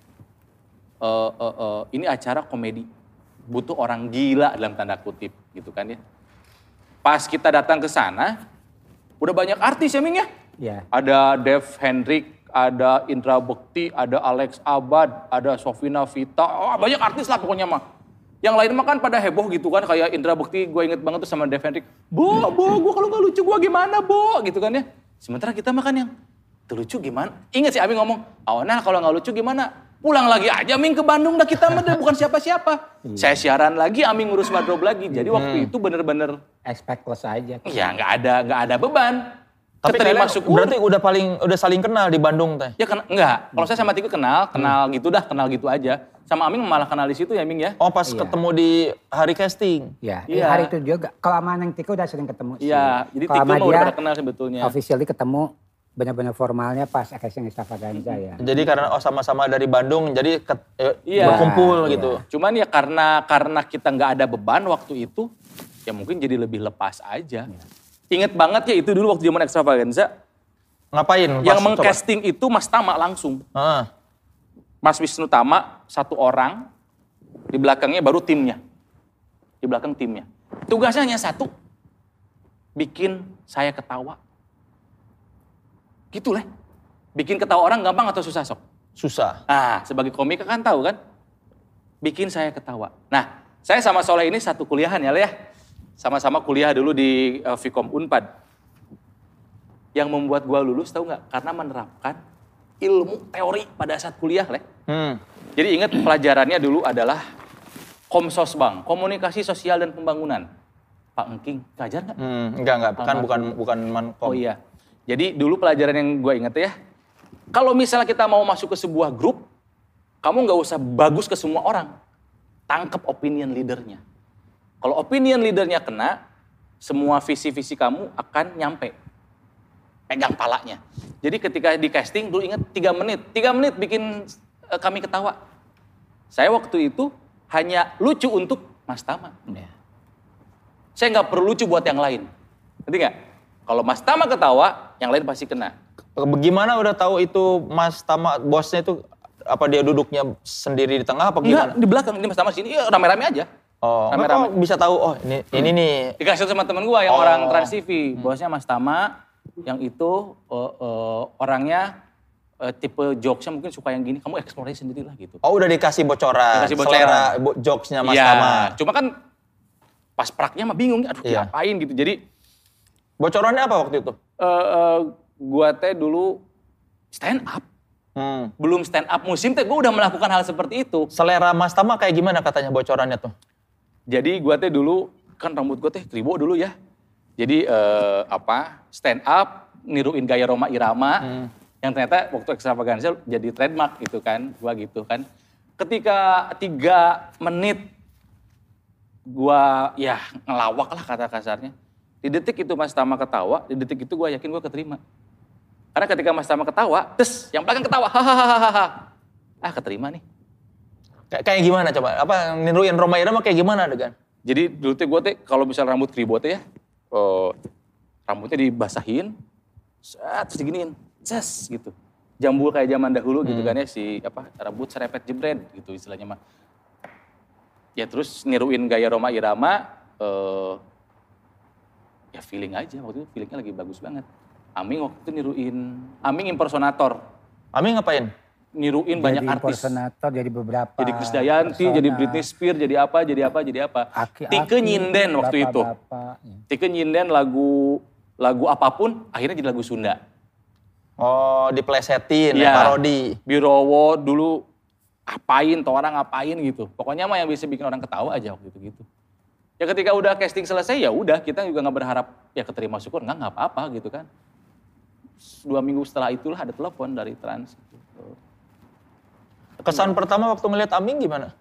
ini acara komedi, butuh orang gila dalam tanda kutip gitu kan ya. Pas kita datang ke sana, udah banyak artis ya Ming ya. Iya. Ada Dev Hendrik, ada Indra Bekti, ada Alex Abad, ada Sofina Vita, banyak artis lah pokoknya mah. Yang lain mah kan pada heboh gitu kan, kayak Indra Bekti gue inget banget tuh sama Dev Hendrik. Bo, gue kalau gak lucu gue gimana Bo, gitu kan ya. Sementara kita mah kan yang, tuh lucu gimana? Ingat si Abi ngomong, nah kalau gak lucu gimana? Pulang lagi aja Aming ke Bandung, dah kita mah bukan siapa-siapa. Saya siaran lagi, Aming ngurus wardrobe lagi. Jadi waktu itu bener-bener, Expectless aja. ya nggak ada beban. Tapi Keterima kalian syukur. berarti udah saling kenal di Bandung teh. Ya enggak. Kalau saya sama Tike kenal gitu aja. Sama Aming malah kenal di situ ya Ming ya. Oh pas Iya. ketemu di hari casting. Iya, Iya. hari itu juga. Kalau sama Neng Tiko udah sering ketemu sih. Iya, jadi Kalau Tike sama mah udah dia, pada kenal sebetulnya. officially ketemu benar-benar formalnya pas casting Extravaganza ya. Jadi karena sama-sama dari Bandung, jadi Iya. berkumpul Iya. gitu. Cuman ya karena kita nggak ada beban waktu itu, ya mungkin jadi lebih lepas aja. Ingat banget ya itu dulu waktu zaman Extravaganza, Ngapain? yang Pas- mengcasting itu Mas Tama langsung. Ah. Mas Wisnu Tama, satu orang, di belakangnya baru timnya. Di belakang timnya. Tugasnya hanya satu, bikin saya ketawa. Gitu lah. Bikin ketawa orang gampang atau susah sok? Susah. Nah, sebagai komika kan tahu kan? Bikin saya ketawa. Nah, saya sama Soleh ini satu kuliahan ya, Le ya. Sama-sama kuliah dulu di Vkom Unpad. Yang membuat gua lulus tahu nggak? Karena menerapkan ilmu teori pada saat kuliah, Le. Jadi ingat pelajarannya dulu adalah Komsosbang, Komunikasi Sosial dan Pembangunan. Pak Engking, ngajar nggak? Enggak, kan bukan mankom. Oh iya. Jadi dulu pelajaran yang gue inget ya, kalau misalnya kita mau masuk ke sebuah grup, kamu nggak usah bagus ke semua orang. Tangkap opinion leadernya. Kalau opinion leadernya kena, semua visi-visi kamu akan nyampe. Pegang palanya. Jadi ketika di casting dulu ingat 3 menit. 3 menit bikin kami ketawa. Saya waktu itu hanya lucu untuk Mas Tama. Saya nggak perlu lucu buat yang lain. Ngerti nggak? Kalau Mas Tama ketawa, yang lain pasti kena. Bagaimana udah tahu itu Mas Tama bosnya itu apa dia duduknya sendiri di tengah apa Enggak, gimana? di belakang. Ini Mas Tama sini, ya rame-rame aja. Oh, Rame-rame. kok bisa tahu oh ini nih. Dikasih sama temen gua yang orang Trans TV. Bosnya Mas Tama, yang itu orangnya tipe jokesnya mungkin suka yang gini. Kamu eksplorasi sendiri lah gitu. Oh udah dikasih bocoran, Dikasih bocoran. selera jokesnya Mas Iya, Tama. cuma kan pas praknya mah bingung, aduh Iya. ngapain gitu. Jadi Bocorannya apa waktu itu? gua teh dulu stand up. Belum stand up musim teh gua udah melakukan hal seperti itu. Selera Mas Tama kayak gimana katanya bocorannya tuh? Jadi gua teh dulu, kan rambut gua teh kribo dulu ya. Jadi stand up, niruin gaya Roma Irama. Yang ternyata waktu Extravaganza jadi trademark gitu kan, gua gitu kan. Ketika 3 menit gua ya ngelawak lah kata kasarnya. Di detik itu Mas Tama ketawa, di detik itu gua yakin gua keterima. Karena ketika Mas Tama ketawa, terus yang belakang ketawa, hahaha. Keterima nih. Kayak gimana coba? Apa niruin Roma Irama kayak gimana adegan? Jadi dulu teh gue teh kalau misal rambut kribo teh ya, rambutnya dibasahin, terus diginiin, ces gitu. Jambul kayak zaman dahulu gitu kan ya, rambut serepet jebret gitu istilahnya mah. Ya terus niruin gaya Roma Irama, ya feeling aja, waktu itu feelingnya lagi bagus banget. Aming waktu itu niruin, Aming impersonator. Aming ngapain? niruin banyak jadi artis. impersonator, jadi beberapa. Jadi Krisdayanti, jadi Britney Spears, jadi apa. Aki-aki, Tike nyinden waktu itu. bapak-bapak. Tike nyinden lagu apapun, akhirnya jadi lagu Sunda. Oh, diplesetin, Iya. parodi. Birowo dulu apain, tuh orang ngapain gitu. Pokoknya mah yang bisa bikin orang ketawa aja waktu itu gitu. Ya ketika udah casting selesai ya udah kita juga nggak berharap ya keterima syukur nggak apa-apa gitu kan. 2 minggu setelah itulah ada telepon dari Trans. Gitu. Kesan pertama waktu ngeliat Aming gimana?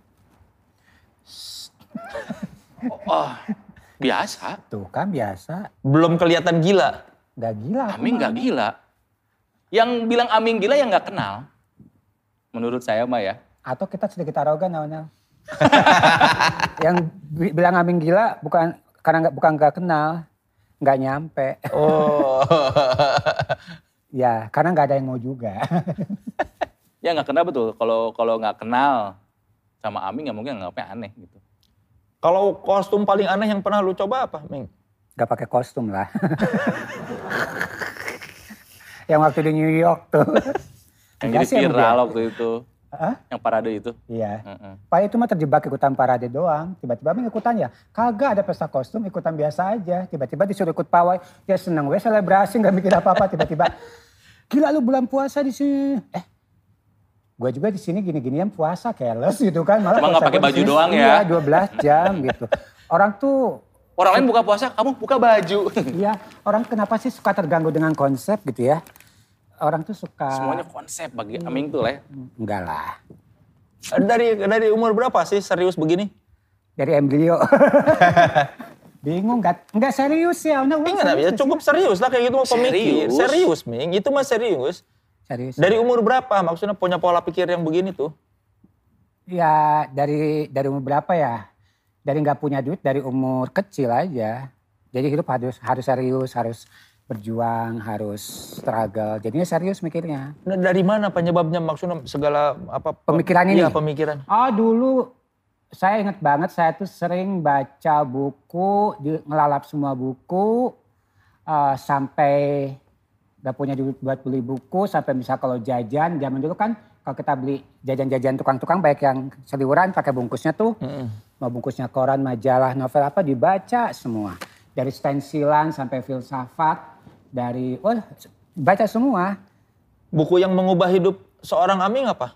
Oh, biasa. Tuh kan biasa. Belum kelihatan gila. Gak gila. aku Aming mah. nggak gila. Yang bilang Aming gila yang nggak kenal. Menurut saya mah ya. Atau kita sedikit arogan awalnya. Yang bilang Aming gila bukan karena bukan nggak kenal, nggak nyampe. Oh. Ya karena nggak ada yang mau juga. Ya nggak kenal betul. Kalau nggak kenal sama Aming ya mungkin nganggapnya aneh gitu. Kalau kostum paling aneh yang pernah lu coba apa, Ming? Gak pakai kostum lah. Yang waktu di New York tuh. Yang Enggak jadi sih, viral emang waktu itu. Hah? Yang parade itu. Iya. Heeh. Pak itu mah terjebak ikutan parade doang. Tiba-tiba Aming ikutan ya. Kagak ada pesta kostum, ikutan biasa aja. Tiba-tiba disuruh ikut pawai. Dia seneng we selebrasi gak mikir apa-apa. Tiba-tiba, gila lu bulan puasa di sini. Gue juga di sini gini-ginian puasa keles gitu kan. Malah Cuma nggak puasa pakai gua di baju sini, doang ya. Iya 12 jam gitu. Orang tuh, Orang lain buka puasa, kamu buka baju. iya orang kenapa sih suka terganggu dengan konsep gitu ya. Orang tuh suka. Semuanya konsep bagi Aming tuh lah. Enggak lah. Dari umur berapa sih serius begini? Dari embryo. Bingung enggak serius ya. Ming, ya cukup serius lah kayak gitu mau pemikir. Serius? Serius, Ming. Itu mah serius. Serius. Dari umur berapa? Maksudnya punya pola pikir yang begini tuh? Ya dari umur berapa ya? Dari nggak punya duit dari umur kecil aja. Jadi hidup harus serius, harus berjuang, harus struggle. Jadinya serius mikirnya. Nah, dari mana penyebabnya maksudnya segala apa? Pemikiran ini? Iya, pemikiran. Oh dulu saya ingat banget saya tuh sering baca buku, ngelalap semua buku. Sampai gak punya duit buat beli buku. Sampai bisa kalau jajan, zaman dulu kan kalau kita beli jajan-jajan tukang-tukang baik yang seliweran pakai bungkusnya tuh. Mau bungkusnya koran, majalah, novel apa dibaca semua. Dari stensilan sampai filsafat, baca semua. Buku yang mengubah hidup seorang Aming apa?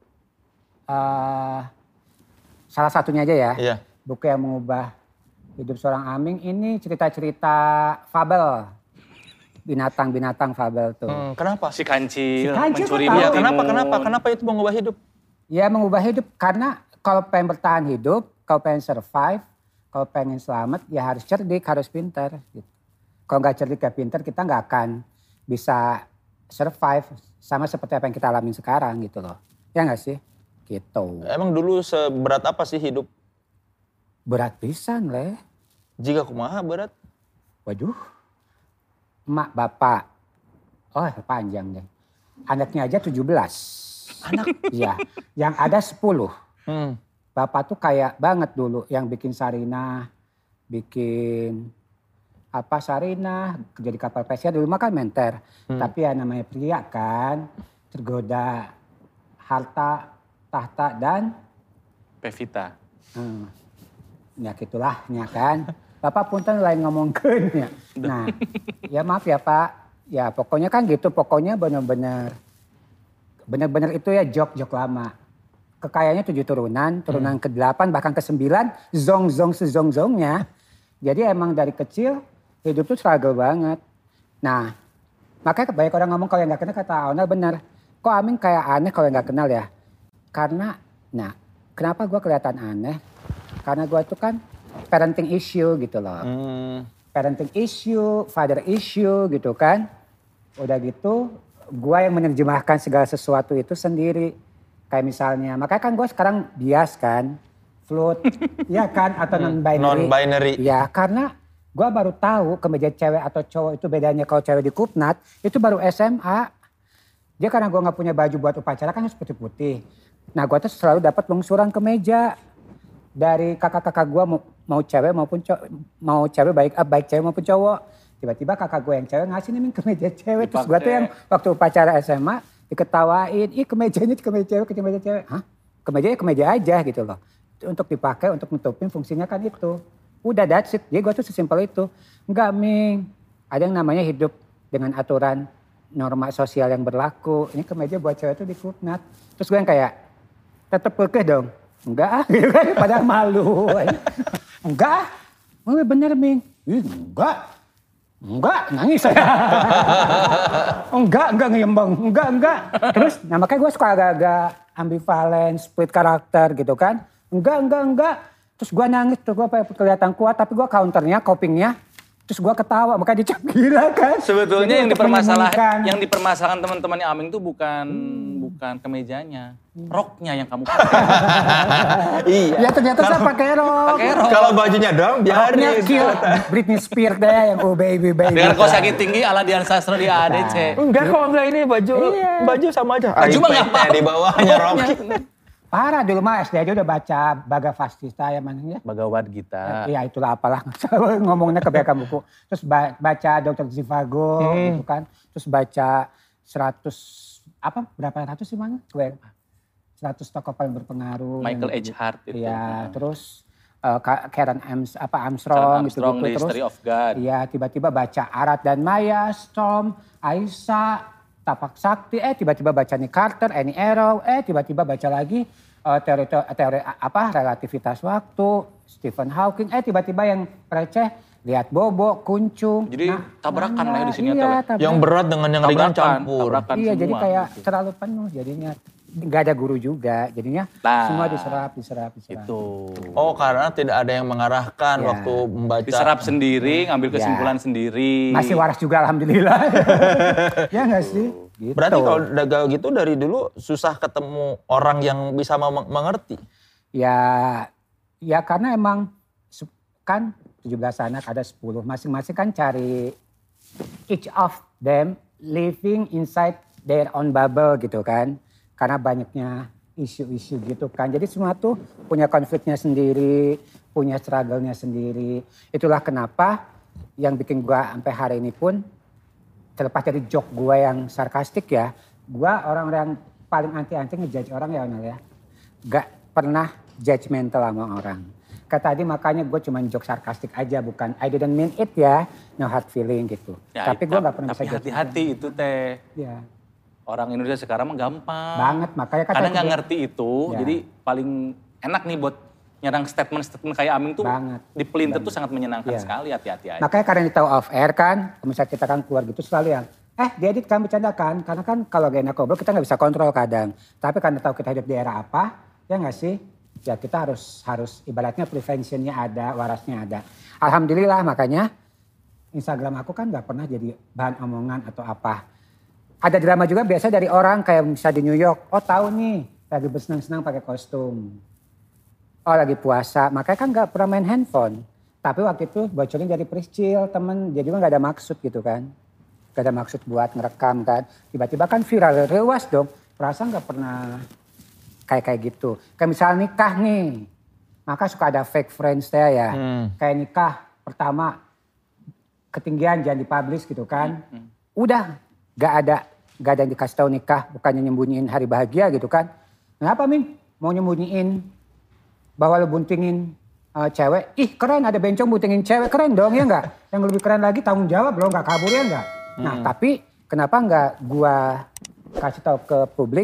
Salah satunya aja ya. Iya. Buku yang mengubah hidup seorang Aming ini cerita-cerita fabel. Binatang-binatang fabel tuh. Kenapa? Si kancil, Si kancil mencuri kok tahu. buah timun. Kenapa itu mengubah hidup? Ya mengubah hidup karena kalau pengen bertahan hidup, kalau pengen survive, kalau pengen selamat ya harus cerdik, harus pintar. Gitu. Kalau nggak cerdik gak pintar kita nggak akan bisa survive sama seperti apa yang kita alamin sekarang gitu loh. Ya nggak sih? Gitu. Emang dulu seberat apa sih hidup? Berat pisan leh. Jika kumaha berat? Waduh. Emak, bapak. Oh panjang deh. Anaknya aja 17. Anak? Iya. Yang ada 10. Bapak tuh kayak banget dulu yang bikin Sarinah. Bikin Sarinah. Kerja di kapal pesiar dulu mah kan menter. Tapi ya namanya pria kan. Tergoda harta, tahta dan Pevita. Ya gitulah ya kan. Bapak punten lain ngomongkeun ya. Nah, ya maaf ya Pak. Ya pokoknya kan gitu. Pokoknya benar-benar itu ya jok-jok lama. Kekayaannya 7 turunan ke-8 bahkan ke-9 zong-zongnya. Jadi emang dari kecil hidup tuh struggle banget. Nah, makanya banyak orang ngomong kalau yang gak kenal kata Onel benar. Kok Aming kayak aneh kalau yang gak kenal ya? Karena, kenapa gue kelihatan aneh? Karena gue tuh kan parenting issue gitu loh. Parenting issue, father issue gitu kan. Udah gitu gue yang menerjemahkan segala sesuatu itu sendiri. Kayak misalnya, makanya kan gue sekarang bias kan. Fluid, ya kan atau non-binary. Non-binary. Ya karena gue baru tahu kemeja cewek atau cowok itu bedanya kalau cewek di Kupnat itu baru SMA. Dia karena gue gak punya baju buat upacara kan harus putih-putih. Nah gue tuh selalu dapat lungsuran kemeja. Dari kakak-kakak gue mau cewek maupun cowok, mau cewek baik cewek maupun cowok. Tiba-tiba kakak gue yang cewek ngasih nih kemeja cewek. Terus gue tuh yang waktu upacara SMA diketawain, ih kemejanya kemeja cewek. Hah? Kemeja ya kemeja aja gitu loh. Untuk dipakai, untuk nutupin fungsinya kan itu. Udah that's it, jadi gue tuh sesimpel itu. Enggak Ming, ada yang namanya hidup dengan aturan norma sosial yang berlaku. Ini kemeja buat cewek tuh dikuknat. Terus gue yang kayak, tetep kekeh dong. Enggak ah, gitu kan, padahal malu. Enggak, oh bener Ming. Enggak, nangis saya. enggak ngeyembang, enggak. Terus, nah makanya gue suka agak-agak ambivalen, split karakter gitu kan. Enggak. Terus gue nangis, terus gue kelihatan kuat, tapi gue counternya, copingnya, terus gue ketawa, makanya dicap gila kan. Sebetulnya yang dipermasalahkan teman-temannya Aming itu bukan kemejanya, roknya yang kamu pakai. Iya. Ya ternyata saya pakai rok. Kalau bajunya doang biarin. Britney Spears deh yang oh baby. Dengan kaos kaki tinggi ala Dian Sastro di ADC. Enggak kok, enggak ini baju sama aja. Baju mah nggak apa-apa. Di bawahnya rok. Parah dulu mah SD aja udah baca Bhagavad-gita ya mananya. Bhagavad Gita. Iya itulah apalah ngomongnya ke belakang buku. Terus baca Dr. Zhivago gitu kan. Terus baca 100 berapa ratus sih mana? 100 tokoh paling berpengaruh. Michael H. Hart itu. Iya, terus Karen Armstrong gitu. The History of God. Iya, tiba-tiba baca Arat dan Maya, Storm, Aisyah, Tapak Sakti, tiba-tiba baca Nick Carter, Annie Arrow, tiba-tiba baca lagi teori relativitas waktu, Stephen Hawking, tiba-tiba yang receh lihat Bobo, Kuncung. Jadi tabrakan lah ya di sini iya, yang berat dengan yang ringan campur. Iya, semua, jadi kayak gitu. terlalu penuh jadinya. Gak ada guru juga, jadinya semua diserap. Itu. Oh, karena tidak ada yang mengarahkan waktu membaca. Diserap sendiri, ngambil kesimpulan sendiri. Masih waras juga alhamdulillah. Ya nggak sih? Gitu. Berarti kalau gagal gitu dari dulu susah ketemu orang yang bisa mengerti? Ya karena emang kan 17 anak ada 10. Masing-masing kan cari each of them living inside their own bubble gitu kan. Karena banyaknya isu-isu gitu kan. Jadi semua tuh punya konfliknya sendiri, punya struggle-nya sendiri. Itulah kenapa yang bikin gua sampai hari ini pun, terlepas dari joke gua yang sarkastik ya, gua orang-orang paling anti-anti ngejudge orang ya Onel ya. Gak pernah judgmental sama orang. Kayak tadi makanya gue cuma joke sarkastik aja, bukan I didn't mean it ya, no hard feeling gitu. Ya, tapi gue gak pernah bisa judge. Tapi hati-hati itu teh. Ya. Orang Indonesia sekarang mah gampang. Banget, makanya karena nggak ngerti itu, jadi paling enak nih buat nyerang statement-statement kayak Aming tuh di pelintir tuh sangat menyenangkan sekali, hati-hati aja. Makanya karena ini tahu off air kan, misalnya kita kan keluar gitu selalu yang, diedit kan bercanda kan, karena kan kalau gak enak ngobrol kita nggak bisa kontrol kadang. Tapi karena tahu kita hidup di era apa, ya nggak sih? Ya kita harus ibaratnya preventionnya ada, warasnya ada. Alhamdulillah makanya Instagram aku kan nggak pernah jadi bahan omongan atau apa. Ada drama juga biasa dari orang kayak bisa di New York. Oh tahu nih, lagi bersenang-senang pakai kostum. Oh lagi puasa, makanya kan gak pernah main handphone. Tapi waktu itu bocorin dari Priscil, temen. Dia juga gak ada maksud gitu kan. Gak ada maksud buat ngerekam kan. Tiba-tiba kan viral, rewas dong. Perasaan gak pernah kayak gitu. Kayak misalnya nikah nih. Maka suka ada fake friends ya. Kayak nikah pertama ketinggian jangan dipublish gitu kan. Udah gak ada yang dikasih tahu nikah, bukannya nyembunyiin hari bahagia gitu kan. Kenapa Min? Mau nyembunyiin bahwa lo buntingin cewek. Ih keren ada bencong buntingin cewek, keren dong ya enggak? Yang lebih keren lagi tanggung jawab lo gak kabur ya enggak? Nah tapi kenapa enggak gua kasih tahu ke publik,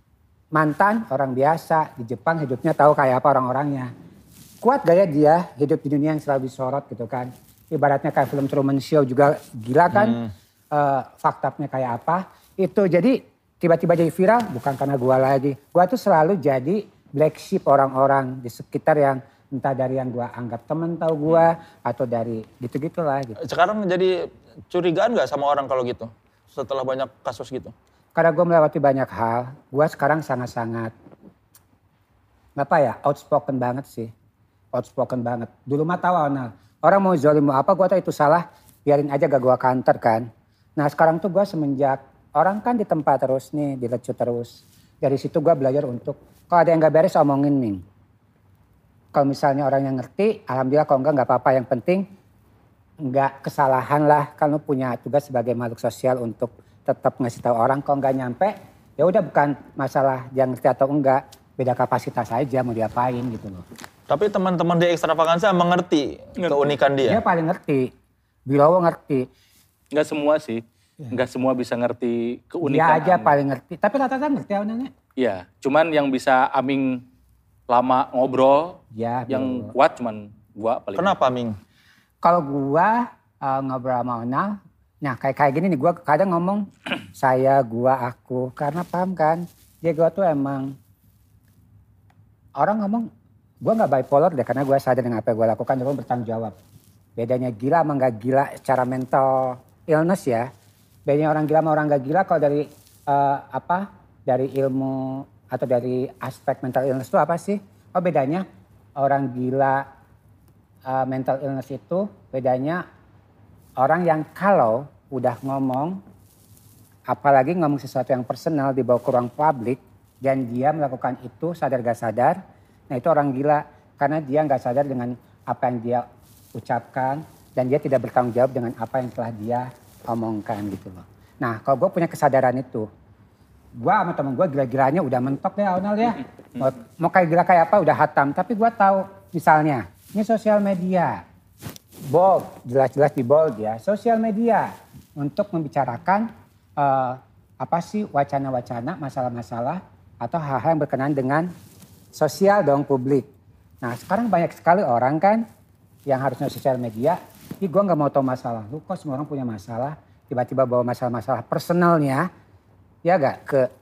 mantan orang biasa di Jepang hidupnya tahu kayak apa orang-orangnya. Kuat gaya dia hidup di dunia yang selalu disorot gitu kan. Ibaratnya kayak film Truman Show juga gila kan. Faktanya kayak apa. Itu jadi tiba-tiba jadi viral bukan karena gua lagi. Gua tuh selalu jadi black sheep orang-orang di sekitar yang entah dari yang gua anggap temen tahu gua atau dari gitu-gitu lah gitu. Sekarang jadi curigaan gak sama orang kalau gitu? Setelah banyak kasus gitu? Karena gua melewati banyak hal, gua sekarang sangat-sangat outspoken banget sih. Outspoken banget. Dulu mah tahu orang mau zolim mau apa gua tahu itu salah, biarin aja gak gua counter kan. Nah sekarang tuh gua semenjak orang kan di tempat terus nih, dilecut terus. Dari situ gue belajar untuk, kalau ada yang gak beres omongin nih. Kalau misalnya orang yang ngerti, alhamdulillah kalau enggak gak apa-apa. Yang penting enggak kesalahan lah. Kan lu punya tugas sebagai makhluk sosial untuk tetap ngasih tahu orang. Kalau enggak nyampe, Ya udah bukan masalah dia ngerti atau enggak, beda kapasitas aja mau diapain gitu loh. Tapi teman-teman di Extravaganza mengerti keunikan dia? Dia paling ngerti, Bilowo ngerti. Enggak semua sih, enggak semua bisa ngerti Dia keunikan aja Aming. paling ngerti, tapi rata-rata ngerti awalnya. Iya, cuman yang bisa Aming lama ngobrol, Ya, yang kuat cuman gua paling. Kenapa, Ming? Kalau gua ngobrol sama Onal, nah kayak gini nih, gua kadang ngomong saya, gua, aku, karena paham kan, dia gua tuh emang orang ngomong gua nggak bipolar deh, karena gua sadar dengan apa yang gua lakukan, gua bertanggung jawab. Bedanya gila sama nggak gila secara mental illness ya. Bedanya orang gila sama orang nggak gila kalau dari dari ilmu atau dari aspek mental illness itu apa sih? Oh bedanya orang gila mental illness itu bedanya orang yang kalau udah ngomong, apalagi ngomong sesuatu yang personal dibawa ke ruang publik dan dia melakukan itu sadar gak sadar, nah itu orang gila karena dia gak sadar dengan apa yang dia ucapkan dan dia tidak bertanggung jawab dengan apa yang telah dia omongkan gitu loh. Nah kalau gue punya kesadaran itu, gue sama temen gue gila-gilanya udah mentok deh Onal ya. Mau kayak gila kayak apa udah hatam, tapi gue tahu misalnya ini sosial media. Bold, jelas-jelas di bold ya. Sosial media untuk membicarakan apa sih wacana-wacana, masalah-masalah atau hal-hal yang berkenaan dengan sosial dong publik. Nah sekarang banyak sekali orang kan yang harusnya sosial media. Ih gue gak mau tahu masalah lu, kok semua orang punya masalah. Tiba-tiba bawa masalah-masalah personalnya ya gak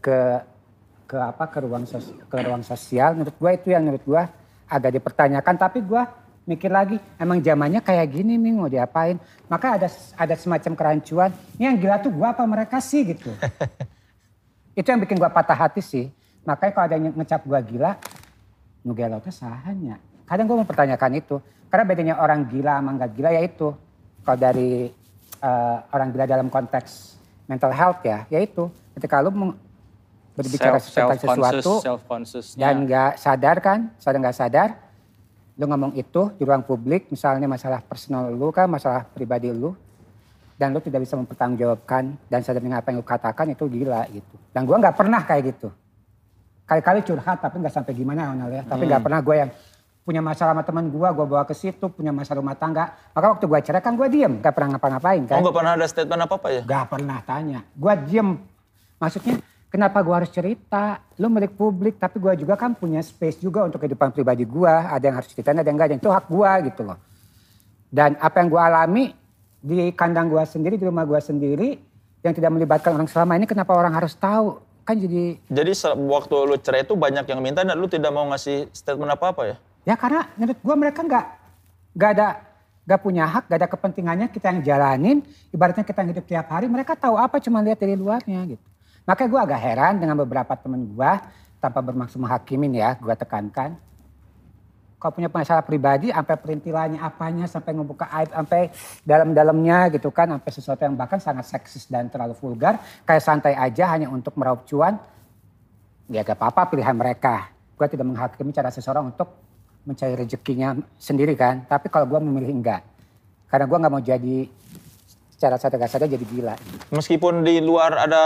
ke ruang sosial. Menurut gue itu yang menurut gue agak dipertanyakan. Tapi gue mikir lagi, emang zamannya kayak gini Ming mau diapain. Maka ada semacam kerancuan, ini yang gila tuh gue apa mereka sih gitu. Itu yang bikin gue patah hati sih. Makanya kalau ada yang ngecap gue gila, nu gelo teh sahanya. Kadang gue mempertanyakan itu. Karena bedanya orang gila sama gak gila ya itu. Kalau dari orang gila dalam konteks mental health ya, yaitu ketika lu berbicara tentang sesuatu dan gak sadar kan, sadar gak sadar, lu ngomong itu di ruang publik, misalnya masalah personal lu kan, masalah pribadi lu, dan lu tidak bisa mempertanggungjawabkan dan sadar dengan apa yang lu katakan, itu gila gitu. Dan gue gak pernah kayak gitu. Kali-kali curhat tapi gak sampai gimana Onal ya. Tapi gak pernah gue yang punya masalah sama teman gue bawa ke situ, punya masalah rumah tangga. Maka waktu gue cerai kan gue diem, gak pernah ngapa-ngapain kan. Oh gak pernah ada statement apa-apa ya? Gak pernah tanya, gue diem. Maksudnya kenapa gue harus cerita? Lu milik publik, tapi gue juga kan punya space juga untuk kehidupan pribadi gue. Ada yang harus ceritain, ada yang enggak. Itu hak gue gitu loh. Dan apa yang gue alami di kandang gue sendiri, di rumah gue sendiri, yang tidak melibatkan orang selama ini, kenapa orang harus tahu? Kan jadi waktu lu cerai itu banyak yang minta dan lu tidak mau ngasih statement apa-apa ya? Ya karena menurut gue mereka gak punya hak, gak ada kepentingannya kita yang jalanin. Ibaratnya kita yang hidup tiap hari, mereka tahu apa cuma lihat dari luarnya gitu. Makanya gue agak heran dengan beberapa temen gue, tanpa bermaksud menghakimin ya, gue tekankan. Kalau punya masalah pribadi, sampai perintilannya apanya, sampai ngebuka aib, sampai dalam-dalamnya gitu kan. Sampai sesuatu yang bahkan sangat seksis dan terlalu vulgar. Kayak santai aja hanya untuk meraup cuan. Ya gak apa-apa pilihan mereka. Gue tidak menghakimi cara seseorang untuk mencari rezekinya sendiri kan. Tapi kalau gue memilih enggak. Karena gue gak mau jadi secara sadar-sadar jadi gila. Meskipun di luar ada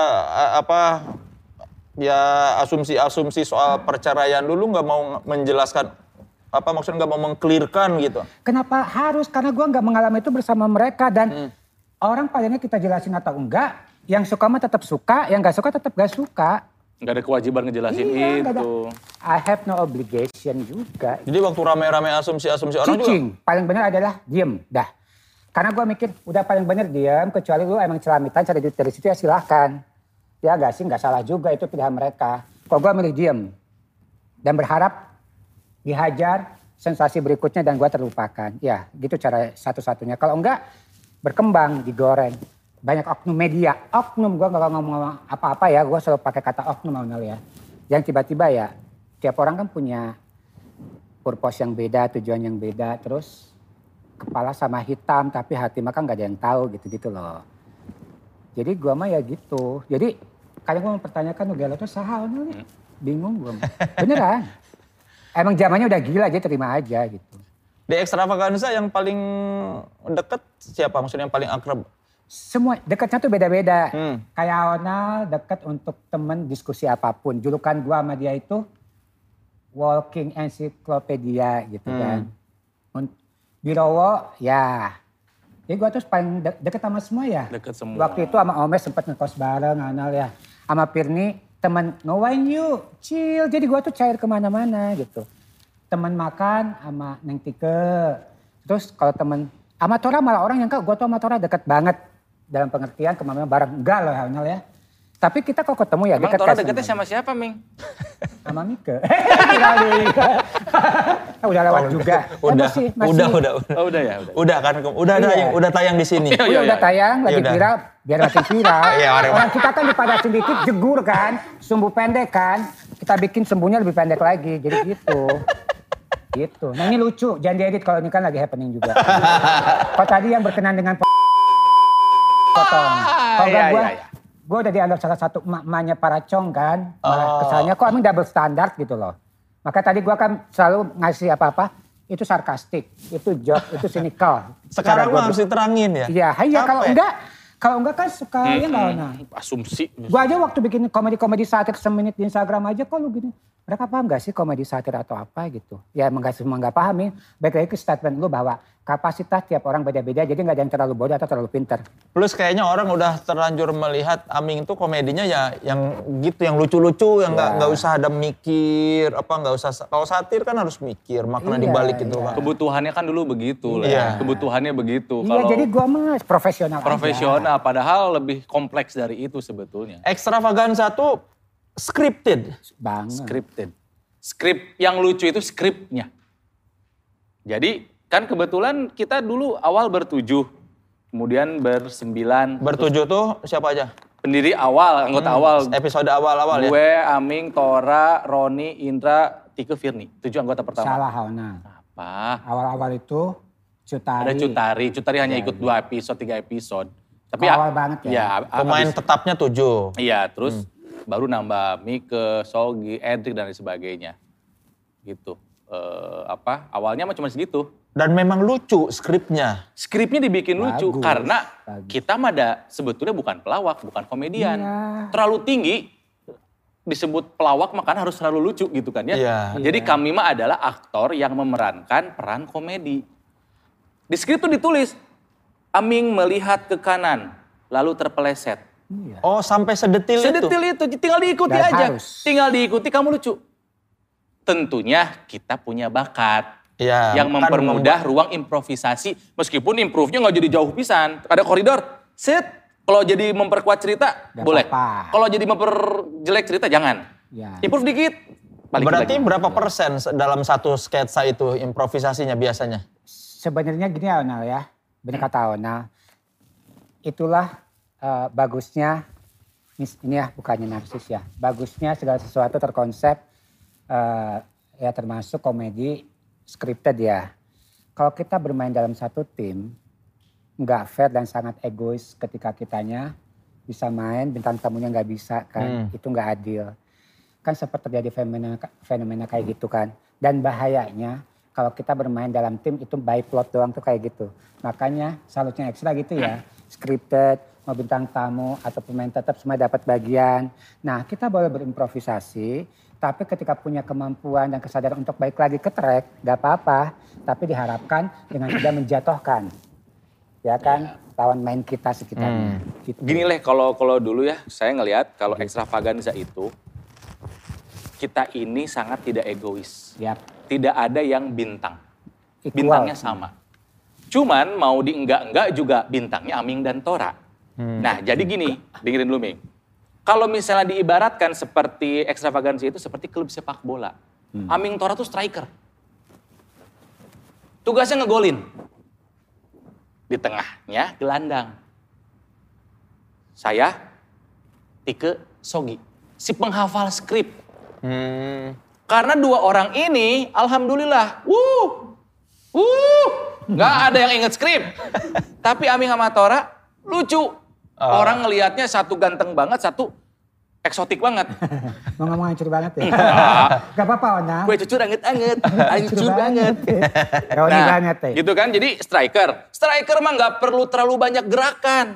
asumsi-asumsi soal perceraian dulu nggak mau menjelaskan maksudnya nggak mau mengklirkan gitu. Kenapa harus? Karena gue nggak mengalami itu bersama mereka dan orang palingnya kita jelasin atau enggak, yang suka mah tetap suka, yang nggak suka tetap gak suka. Nggak ada kewajiban ngejelasin itu. I have no obligation juga. Jadi waktu rame-rame asumsi-asumsi orang Cicing, juga. paling benar adalah diem, dah. Karena gue mikir udah paling benar diem, kecuali lu emang celamitan cari duit dari situ ya silahkan. Ya gak sih, gak salah juga itu pilihan mereka. Kok gue milih diem. Dan berharap dihajar sensasi berikutnya dan gue terlupakan. Ya gitu cara satu-satunya. Kalau enggak berkembang, digoreng. Banyak oknum media. Oknum, gue gak ngomong apa-apa ya. Gue selalu pakai kata oknum Onal ya. Yang tiba-tiba ya, tiap orang kan punya purpose yang beda, tujuan yang beda. Terus kepala sama hitam tapi hati mah kan gak ada yang tahu gitu-gitu loh. Jadi gue mah ya gitu. Jadi kadang gue mempertanyakan Nugelo tuh saha Onal nih. Bingung gue. Beneran. Emang zamannya udah gila aja terima aja gitu. Di Extravaganza yang paling deket siapa? Maksudnya yang paling akrab? Semua dekatnya tuh beda-beda. Kayak Ona deket untuk temen diskusi apapun. Julukan gua sama dia itu walking encyclopedia gitu kan. Birowo ya. Jadi gua tuh paling deket sama semua ya. Deket semua. Waktu itu sama Omes sempet ngekos bareng, Anal ya. Sama Pirni temen ngowain yuk, chill. Jadi gua tuh cair kemana-mana gitu. Temen makan sama Neng Tike. Terus kalau temen sama Tora malah orang yang gua tuh sama Tora deket banget. Dalam pengertian kemana-mana bareng. Enggak loh Anal ya. Tapi kita kok ketemu ya Emang deket. Tora deketnya sama siapa, Ming? Sama Mika. Udah lewat juga. Udah. Oh, udah ya, udah. Udah kan, udah tayang di sini. Udah tayang, lagi Udah. viral, biar makin viral. Iya, Orang kita kan dipadatin dikit jegur kan, sumbu pendek kan. Kita bikin sumbunya lebih pendek lagi, jadi gitu. Gitu. Nah ini lucu, jangan diedit kalau ini kan lagi happening juga. Kalau tadi yang berkenan dengan potong. Kalau gue udah dianggap salah satu emak-emaknya para cong kan. Malah kesannya kok emang double standard gitu loh. Maka tadi gue kan selalu ngasih apa-apa, itu sarkastik, itu joke, itu cynical. Sekarang mah harus diterangin ya? Iya kalau enggak kan suka ya nggak. Asumsi. Gue aja waktu bikin komedi-komedi satir semenit di Instagram aja kok lu gini. Mereka paham gak sih komedi satir atau apa gitu. Ya emang gak semua gak paham ya. Baik lagi ke statement lu bahwa kapasitas tiap orang beda-beda. Jadi gak ada yang terlalu bodoh atau terlalu pinter. Plus kayaknya orang udah terlanjur melihat Aming itu komedinya ya yang gitu, yang lucu-lucu, yang nggak usah ada mikir, nggak usah. Kalau satir kan harus mikir, makna dibalik itu kan. Kebutuhannya kan dulu begitu lah. Iya. Kebutuhannya begitu. Iya jadi gue mah profesional profesional, padahal lebih kompleks dari itu sebetulnya. Extravaganza tuh scripted. Banget. Skrip yang lucu itu skripnya. Jadi kan kebetulan kita dulu awal bertujuh, kemudian bersembilan. Bertujuh tuh siapa aja? Pendiri awal, anggota awal. Episode awal-awal ya? Gue, Aming, Tora, Roni, Indra, Tike, Firni. 7 anggota pertama. Salah Hauna. Apa? Awal-awal itu Cutari. Ada Cutari hanya ikut 2 episode, 3 episode. Tapi awal banget ya. Ya, pemain tetapnya 7. Iya, terus baru nambah Mike, Sogi, Edric dan lain sebagainya. Gitu. Awalnya mah cuma segitu. Dan memang lucu skripnya. Skripnya dibikin lucu Bagus, karena bagus. kita mah sebetulnya bukan pelawak, bukan komedian. Iya. Terlalu tinggi disebut pelawak makanya harus selalu lucu gitu kan ya. Iya. Jadi kami mah adalah aktor yang memerankan peran komedi. Di skrip tuh ditulis, Aming melihat ke kanan lalu terpeleset. Iya. Oh sampai sedetil itu? Sedetil itu, tinggal diikuti Dan aja. harus. Tinggal diikuti kamu lucu. Tentunya kita punya bakat. Iya, Yang kan mempermudah ruang improvisasi. Meskipun improvnya nggak jadi jauh pisan. Ada koridor, sit. Kalau jadi memperkuat cerita, Gak boleh. apa-apa. Kalau jadi memperjelek cerita, jangan. Ya. Improve dikit. balikin Berarti lagi. berapa persen dalam satu sketsa itu improvisasinya biasanya? Sebenarnya gini Onal ya, benar kata Onal. Itulah bagusnya, ini ya bukannya narsis ya. Bagusnya segala sesuatu terkonsep, ya termasuk komedi scripted ya. Kalau kita bermain dalam satu tim, nggak fair dan sangat egois ketika kitanya bisa main, bintang tamunya nggak bisa kan. Itu nggak adil. Kan sempat terjadi fenomena kayak gitu kan. Dan bahayanya kalau kita bermain dalam tim itu by plot doang tuh kayak gitu. Makanya salutnya ekstra gitu ya. Scripted, mau bintang tamu atau pemain tetap semua dapat bagian. Nah kita boleh berimprovisasi, tapi ketika punya kemampuan dan kesadaran untuk balik lagi ke track, gak apa-apa. Tapi diharapkan dengan tidak menjatuhkan. Ya kan, lawan main kita sekitarnya. Gitu. Gini Leh, kalau dulu ya saya ngelihat kalau Extravaganza itu, kita ini sangat tidak egois. Yap. Tidak ada yang bintang. Equal. Bintangnya sama. Cuman mau di enggak juga bintangnya Aming dan Tora. Nah jadi gini, dengerin dulu Ming. Kalau misalnya diibaratkan seperti Extravaganza itu seperti klub sepak bola. Aming Tora tuh striker. Tugasnya ngegolin. Di tengahnya gelandang. Saya, Tike, Sogi. Si penghafal skrip. Karena dua orang ini, alhamdulillah, nggak ada yang inget skrip. Tapi Aming sama Tora lucu. Orang ngelihatnya satu ganteng banget, satu eksotik banget. Mau ngomong hancur banget ya? Gak apa-apa Ona. Kue cucur anget-anget, hancur banget. Roni banget ya. Gitu kan, jadi striker. Striker mah nggak perlu terlalu banyak gerakan.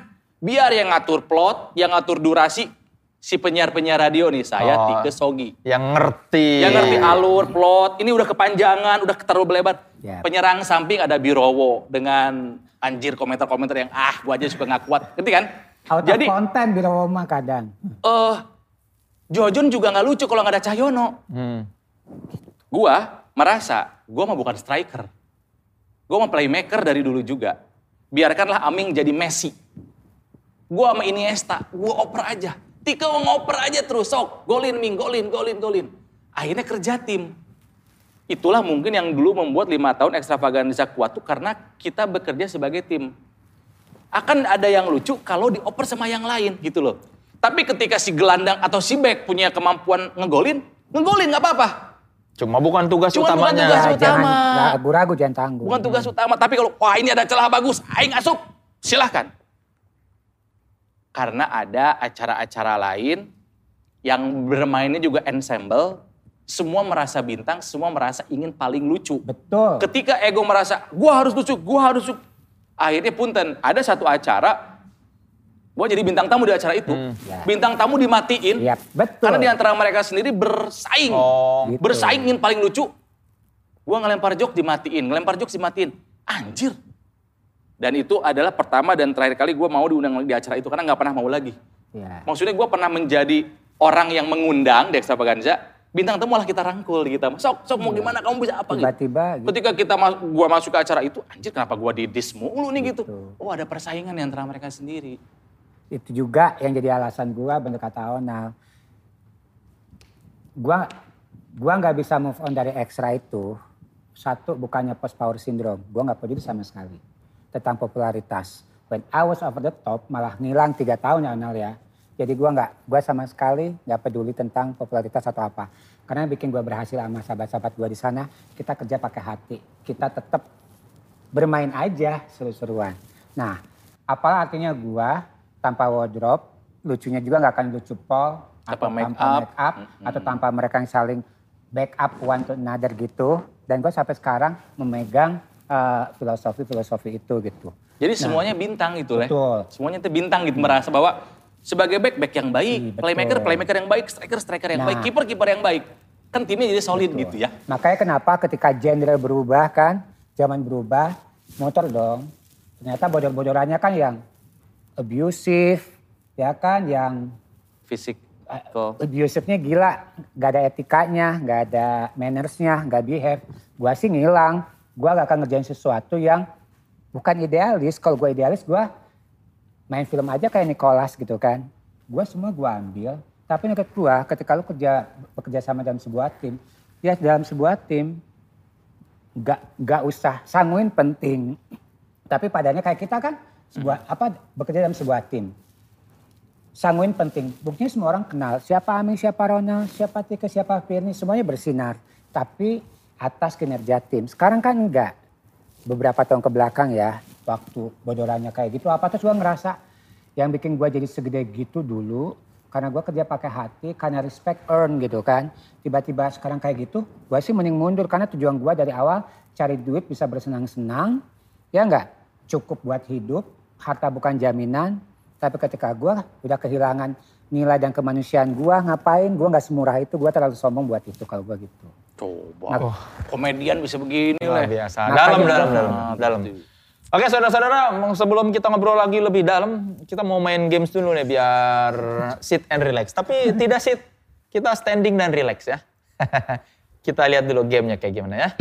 Biar yang ngatur plot, yang ngatur durasi, si penyiar-penyiar radio nih, saya Tike Sogi. Yang ngerti. Yang ngerti alur, plot, ini udah kepanjangan, udah terlalu berlebar. Penyerang samping ada Birowo dengan anjir komentar-komentar yang gua aja suka gak kuat. Ngerti kan? Jadi konten Birowo mah kadang. Jojon juga gak lucu kalau gak ada Cahyono. Gua merasa, gua mah bukan striker. Gua mah playmaker dari dulu juga. Biarkanlah Aming jadi Messi. Gua sama Iniesta, gua oper aja. Tike ngoper aja terus, sok. Golin, Ming, golin. Akhirnya kerja tim. Itulah mungkin yang dulu membuat 5 tahun Extravaganza kuat tuh karena kita bekerja sebagai tim. Akan ada yang lucu kalau dioper sama yang lain gitu loh. Tapi ketika si gelandang atau si back punya kemampuan ngegolin gak apa-apa. Cuma bukan tugas utamanya. Bukan tugas utama. Jangan ragu-ragu, jangan tangguh. Bukan tugas utama, tapi kalau wah ini ada celah bagus, aing asup, silahkan. Karena ada acara-acara lain yang bermainnya juga ensemble, semua merasa bintang, semua merasa ingin paling lucu. Betul. Ketika ego merasa, gua harus lucu. Akhirnya punten, ada satu acara, gua jadi bintang tamu di acara itu. Bintang tamu dimatiin, betul. karena di antara mereka sendiri bersaing. Gitu. Bersaing ingin paling lucu. Gua ngelempar jok dimatiin, Anjir. Dan itu adalah pertama dan terakhir kali gue mau diundang di acara itu karena gak pernah mau lagi. Maksudnya gue pernah menjadi orang yang mengundang di Extravaganza, bintang tamu lah kita rangkul kita. Sok mau gimana, kamu bisa apa Tiba-tiba gitu. Ketika gue masuk ke acara itu, anjir kenapa gue didis mulu nih gitu. Oh ada persaingan di antara mereka sendiri. Itu juga yang jadi alasan gue, bener kata Onal. Gue gak bisa move on dari Extra itu. Satu, bukannya post power syndrome. Gue gak peduli sama sekali tentang popularitas. When I was over the top, malah ngilang 3 tahun ya Onal ya. Jadi gue sama sekali gak peduli tentang popularitas atau apa. Karena yang bikin gue berhasil sama sahabat-sahabat gue di sana, kita kerja pakai hati. Kita tetap bermain aja seru-seruan. Nah, apalah artinya gue tanpa wardrobe, lucunya juga gak akan lucu Paul, atau tanpa make up, atau tanpa mereka yang saling backup one to another gitu. Dan gue sampai sekarang memegang filosofi itu gitu. Jadi semuanya bintang gitu lah. Betul. Semuanya itu bintang gitu, merasa bahwa sebagai back yang baik, playmaker yang baik, striker yang baik, kiper yang baik. Kan timnya jadi solid gitu ya. Makanya kenapa ketika genre berubah kan, zaman berubah, motor dong. Ternyata bodor-bodorannya kan yang abusive, ya kan, yang fisik. Abusifnya gila, gak ada etikanya, gak ada mannersnya, gak behave. Gua sih ngilang. Gue gak akan ngerjain sesuatu yang bukan idealis. Kalau gue idealis, gue main film aja kayak Nicholas gitu kan. Gue semua gue ambil. Tapi menurut gue ketika lu bekerja sama dalam sebuah tim, ya dalam sebuah tim gak usah sanguin penting. Tapi padanya kayak kita kan bekerja dalam sebuah tim. Sanguin penting. Buktinya semua orang kenal. Siapa Aming, siapa Ronald, siapa Tike, siapa Firni. Semuanya bersinar. Tapi atas kinerja tim. Sekarang kan enggak. Beberapa tahun ke belakang ya, waktu bodorannya kayak gitu, apa terus gue ngerasa yang bikin gue jadi segede gitu dulu, karena gue kerja pakai hati, karena respect earn gitu kan. Tiba-tiba sekarang kayak gitu, gue sih mending mundur karena tujuan gue dari awal cari duit bisa bersenang-senang, ya enggak? Cukup buat hidup, harta bukan jaminan, tapi ketika gue udah kehilangan nilai dan kemanusiaan gue, ngapain? Gue nggak semurah itu, gue terlalu sombong buat itu kalau gue gitu. Coba, komedian bisa begini lah. Biasa, dalam. Oke saudara-saudara, sebelum kita ngobrol lagi lebih dalam, kita mau main games dulu nih biar sit and relax. Tapi tidak sit, kita standing dan relax ya. Kita lihat dulu gamenya kayak gimana ya.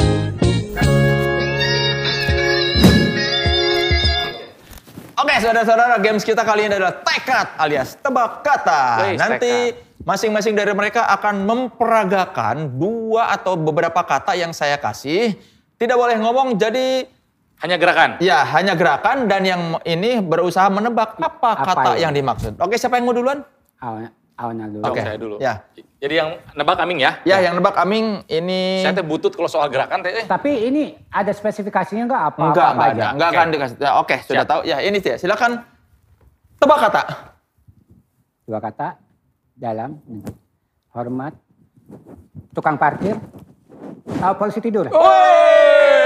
Oke saudara-saudara, games kita kali ini adalah tekad alias tebak kata. Nanti masing-masing dari mereka akan memperagakan 2 atau beberapa kata yang saya kasih. Tidak boleh ngomong, jadi hanya gerakan? Ya, hanya gerakan dan yang ini berusaha menebak apa kata yang dimaksud. Oke, siapa yang mau duluan? Awana dulu. Oke, saya dulu. Ya. Jadi yang nebak Aming ya? Ya, yang nebak Aming ini... Saya butut kalau soal gerakan. Tapi ini ada spesifikasinya nggak apa? Enggak akan dikasih. Ya, oke, sudah tahu. Ya, ini dia. Silakan tebak kata. 2 kata. Dalam, hormat, tukang parkir, polisi tidur.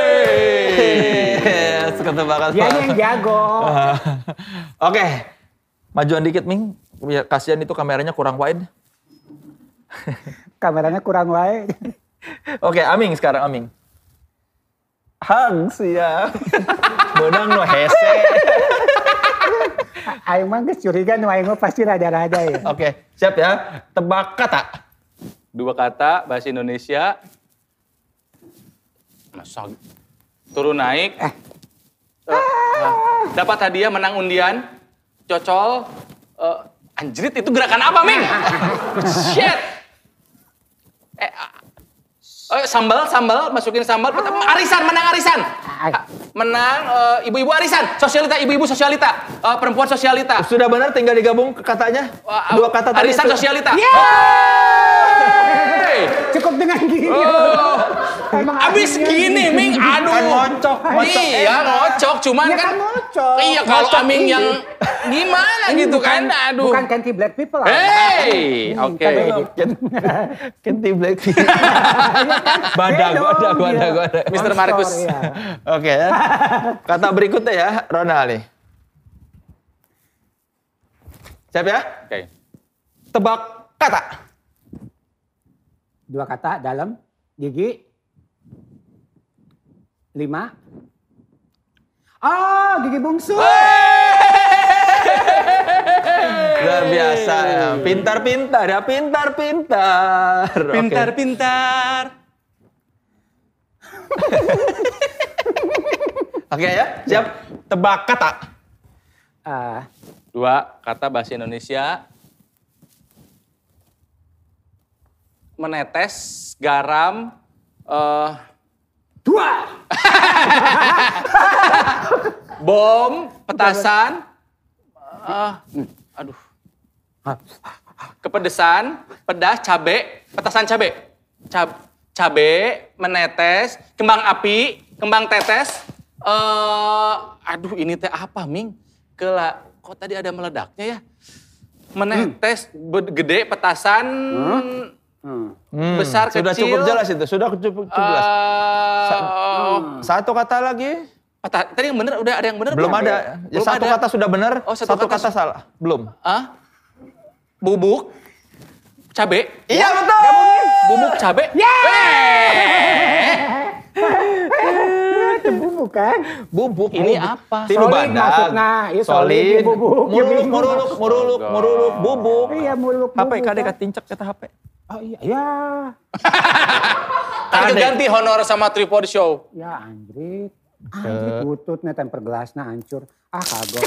Suka tebak kata. Dia yang jago. Oke, Majuan dikit, Ming. Ya, kasihan itu kameranya kurang wide. Kameranya kurang wide. Oke, Aming sekarang, Aming. Hang siap. Menang no hese. Aing mah geus curiga nu aing mah pasti rada-rada ya. Oke, siap ya. Tebak kata. 2 kata bahasa Indonesia. Masa turun naik. Dapat hadiah menang undian. Cocol. Anjrit itu gerakan apa, Ming? Shit. Sambal, masukin sambal. Arisan, menang arisan. Menang ibu-ibu arisan. Sosialita, ibu-ibu sosialita. Perempuan sosialita. Sudah benar, tinggal digabung ke katanya. 2 kata tadi. Arisan sosialita. Cukup dengan gini. Abis gini, Ming, aduh. Kan ngocok. Iya, ngocok. Cuman Ya kan, kan ngocok. iya kalau Ngocok Aming ini. yang gimana gitu kan, aduh. Bukan Kenti Black People. Hey, oke. Kenti Blackpink. Badak. Mr. Markus. Iya. Oke ya. Kata berikutnya ya, Ronald nih. Siap ya? Oke. Tebak kata. 2 kata dalam gigi 5. Oh, gigi bungsu. Luar biasa ya. Pintar-pintar ya, pintar-pintar. Pintar-pintar. Oke ya, siap. Tebak kata. 2 kata bahasa Indonesia. Menetes, garam, 2. bom, petasan, aduh, kepedesan, pedas, cabe, petasan cabe, cabe, menetes, kembang api, kembang tetes, aduh ini teh apa, Ming? Kok tadi ada meledaknya ya? Menetes, gede, petasan, besar, Sudah kecil. cukup jelas itu, sudah cukup jelas. Satu kata lagi. Tadi yang benar, udah ada yang benar Belum ada. Ya, Belum satu ada. kata sudah benar, Oh, satu kata salah. Belum. Bubuk, cabe. Iya betul. Bubuk cabe. Itu bubuk kan? Bubuk. Ini apa? Tilu Solid badak. maksudnya. Iya, solid, Solid. bubuk. Muruluk, bubuk. Iya, muluk HP bubuk, kadek kan? katincek kata HP. Oh iya, ya. Kan ganti honor sama Tripod Show. Ya anjrit. Anjrit bututnya temper gelasnya hancur. Kagok.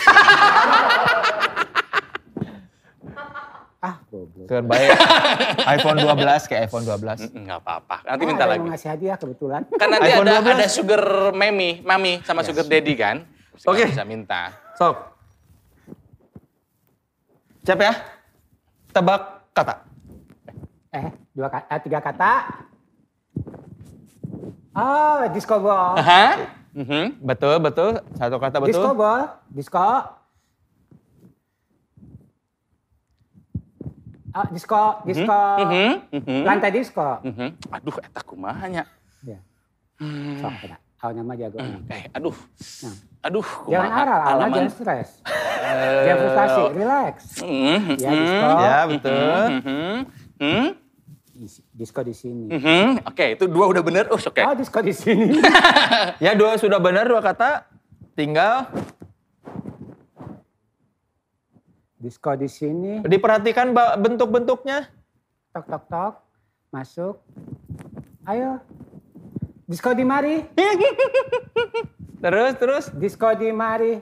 Goblok. Keren baik. iPhone 12 kayak iPhone 12. Enggak apa-apa. Nanti minta Ada lagi. yang ngasih hadiah kebetulan. Kan nanti iPhone ada 12. sugar mami sama sugar daddy kan. Oke. Bisa minta. Sok. Siap ya? Tebak kata. 3 kata. Oh, disco ball. Betul. Satu kata betul. Disco ball. Disco. Disco. Lantai disco. Aduh, eta kumahanya. Ya. Sok, kena. Awalnya mah jago. Aduh. Nah. Aduh, Jangan aral, jangan stres. Jangan frustasi, relax. Ya, disco. Ya, betul. Disco di sini. Oke, itu 2 udah bener. Oke. Oh, disco di sini. Ya, 2 sudah benar, 2 kata. Tinggal Disco di sini. diperhatikan bentuk-bentuknya. Tok, tok, tok. Masuk. Ayo. Disco di mari. Terus. Disco di mari.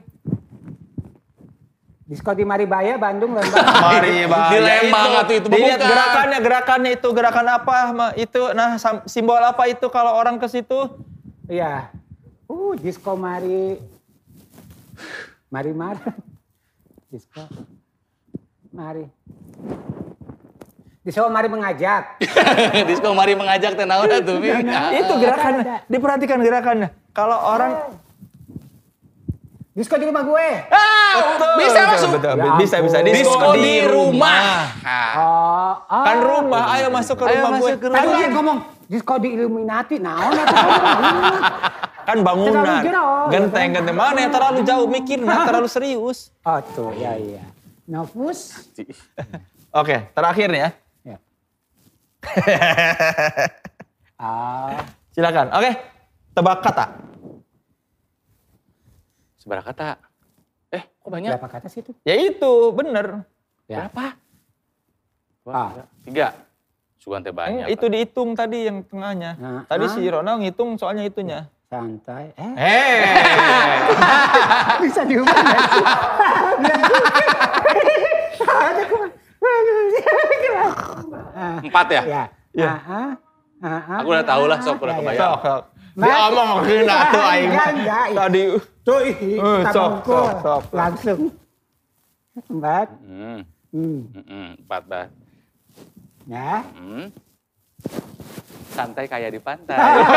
Disco di Maribaya, Bandung, Lembang. Mari, Bang. Di Lembang atau itu Dilihat bukan. gerakannya itu gerakan apa? Itu nah simbol apa itu kalau orang ke situ? Iya. Disco mari. Mari. Disco. Mari. Disco mari mengajak. Disco mari mengajak teh naon atuh, Ming? Itu gerakannya. Diperhatikan gerakannya. Kalau orang Disco di rumah gue. Bisa masuk. Betul. Ya Bisa. ampun. Disco di rumah. Kan rumah, ayo masuk ke rumah gue. Tadi dia ngomong disco di Illuminati. Naon eta? Kan bangunan. Terlalu jauh. Genteng. Mana yang terlalu jauh mikirnya, terlalu serius. Oh tuh, ya. Novus. Oke, terakhir nih ya. Ya. Silakan. Oke, tebak kata. Seberapa kata? Kok banyak? Berapa kata sih itu? Ya itu, bener. Ya. Berapa? Ah. 3. Sugante banyak. Itu dihitung tadi yang tengahnya. Nah, Tadi si Ronald ngitung soalnya itunya. Santai. Bisa diubah nggak sih? 4 ya? Ya. Aku udah tahu lah, sok udah kebayang. Sok. Dia omongin atuh aing. Enggak. Tadi Tuh, kita sok. mukul. Langsung. 4. 4 dah. Ya. Santai kayak di pantai.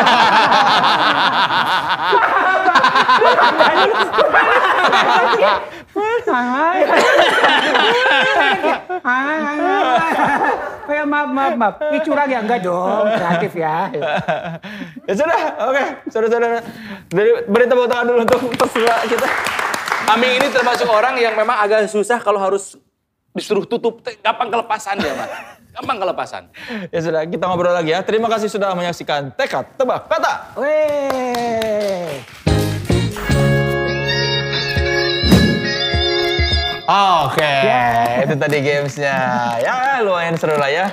Maaf. Ini curang ya? Enggak dong, kreatif ya. Ya sudah, oke. Saudara-saudara. Beri tepuk tangan dulu untuk peserta kita. Aming ini termasuk orang yang memang agak susah kalau harus disuruh tutup. Gampang kelepasan dia, Mas. Gampang kelepasan. Ya sudah, kita ngobrol lagi ya. Terima kasih sudah menyaksikan Tekad Tebak Kata. Weh. Oke, itu tadi gamesnya. Ya lumayan seru lah ya.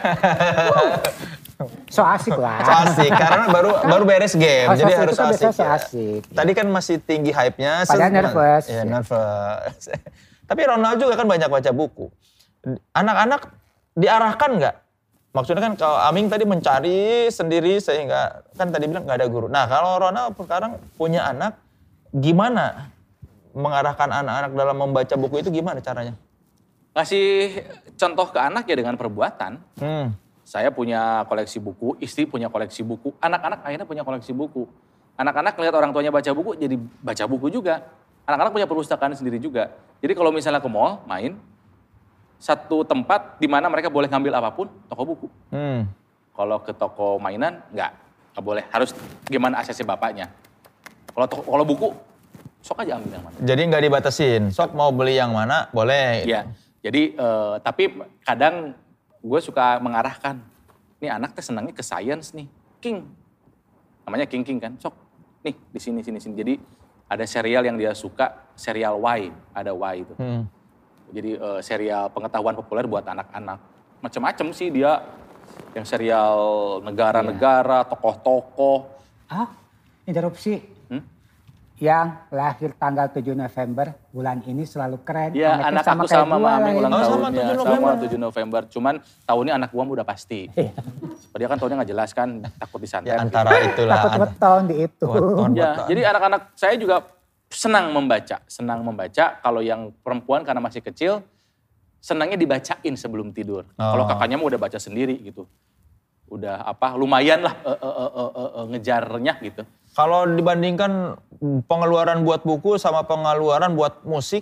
So asik lah. So asik, karena baru beres game, jadi so harus kan asik. so Ya. asik. Tadi kan masih tinggi hype-nya. Padahal nervous. Ya, nervous. Tapi Ronald juga kan banyak baca buku. Anak-anak diarahkan nggak? Maksudnya kan kalau Aming tadi mencari sendiri sehingga kan tadi bilang nggak ada guru. Nah kalau Ronald sekarang punya anak, gimana mengarahkan anak-anak dalam membaca buku itu gimana caranya? Ngasih contoh ke anak ya dengan perbuatan. Saya punya koleksi buku, istri punya koleksi buku, anak-anak akhirnya punya koleksi buku. Anak-anak lihat orang tuanya baca buku, jadi baca buku juga. Anak-anak punya perpustakaan sendiri juga. Jadi kalau misalnya ke mall, main, satu tempat di mana mereka boleh ngambil apapun, toko buku. Kalau ke toko mainan, nggak boleh. Harus gimana aksesnya bapaknya. Kalau buku, sok aja ambil yang mana. Jadi nggak dibatasin, sok mau beli yang mana, boleh. Iya, jadi tapi kadang gue suka mengarahkan. Nih anak teh senangnya ke science nih, King. Namanya King kan, sok. Nih di sini. Jadi ada serial yang dia suka, serial Y, ada Y itu. Jadi serial pengetahuan populer buat anak-anak. Macam-macam sih dia, yang serial negara-negara, tokoh-tokoh. Interupsi. Yang lahir tanggal 7 November, bulan ini selalu keren. Iya, anak aku sama Mami ulang tahunnya, sama 7 November. Cuman tahun ini anak gua udah pasti. Dia kan tahunnya nggak jelas kan, takut disantet. Ya antara itulah. Takut weton di itu. Ya, jadi anak-anak saya juga senang membaca. Kalau yang perempuan karena masih kecil, senangnya dibacain sebelum tidur. Kalau kakaknya mau udah baca sendiri gitu. Udah lumayan lah ngejarnya gitu. Kalau dibandingkan pengeluaran buat buku sama pengeluaran buat musik,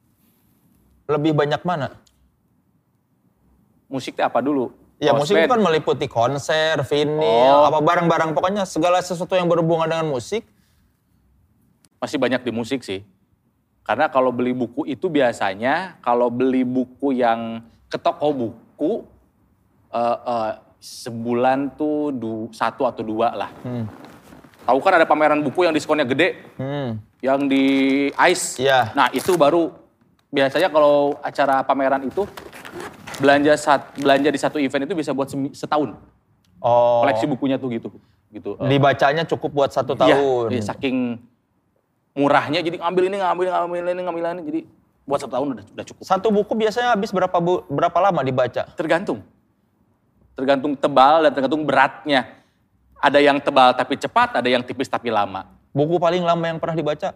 lebih banyak mana? Musik itu apa dulu? Ya musik itu kan meliputi konser, vinyl, apa barang-barang, pokoknya segala sesuatu yang berhubungan dengan musik. Masih banyak di musik sih. Karena kalau beli buku itu biasanya, kalau beli buku yang ke toko buku, sebulan tuh 1 atau 2 lah. Tahu kan ada pameran buku yang diskonnya gede, yang di ICE. Yeah. Nah itu baru, biasanya kalau acara pameran itu, belanja di satu event itu bisa buat setahun. Koleksi bukunya tuh gitu. Dibacanya cukup buat 1 tahun. Iya, saking murahnya, jadi ngambil ini, jadi buat 1 tahun udah cukup. Satu buku biasanya habis berapa lama dibaca? Tergantung tebal dan tergantung beratnya. Ada yang tebal tapi cepat, ada yang tipis tapi lama. Buku paling lama yang pernah dibaca?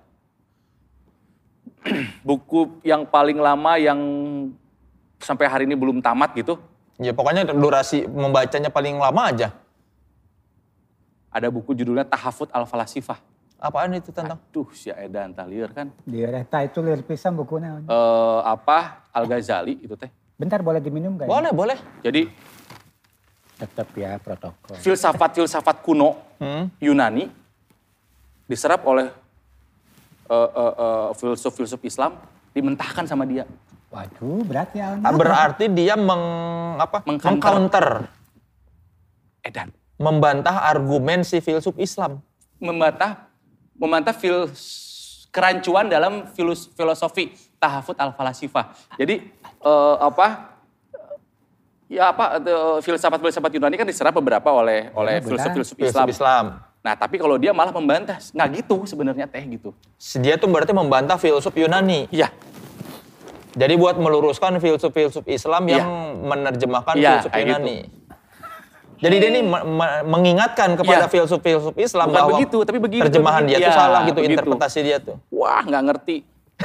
Buku yang paling lama yang sampai hari ini belum tamat gitu. Ya pokoknya durasi membacanya paling lama aja. Ada buku judulnya Tahafut Al-Falasifah. Apaan itu tentang? Aduh, si Eda entah liar kan. Liar, itu liar pisan bukunya. Al-Ghazali itu teh. Bentar, boleh diminum gak? Boleh. Jadi tetap ya protokol. Filsafat kuno Yunani diserap oleh filsuf Islam, dimentahkan sama dia. Waduh, berat ya. Berarti dia mengcounter. Edan. Membantah argumen si filsuf Islam. Membantah kerancuan dalam filosofi tahafut al-falasifah. Jadi filsafat Yunani kan diserap beberapa oleh filsuf Islam. Nah, tapi kalau dia malah membantah, nggak gitu sebenarnya gitu. Dia tuh berarti membantah filsuf Yunani. Iya. Jadi buat meluruskan filsuf Islam yang menerjemahkan filsuf Yunani. Gitu. Jadi dia ini mengingatkan kepada filsuf Islam bukan bahwa begitu, tapi begitu, terjemahan dia tuh salah gitu, begitu. Interpretasi dia tuh. Wah, nggak ngerti.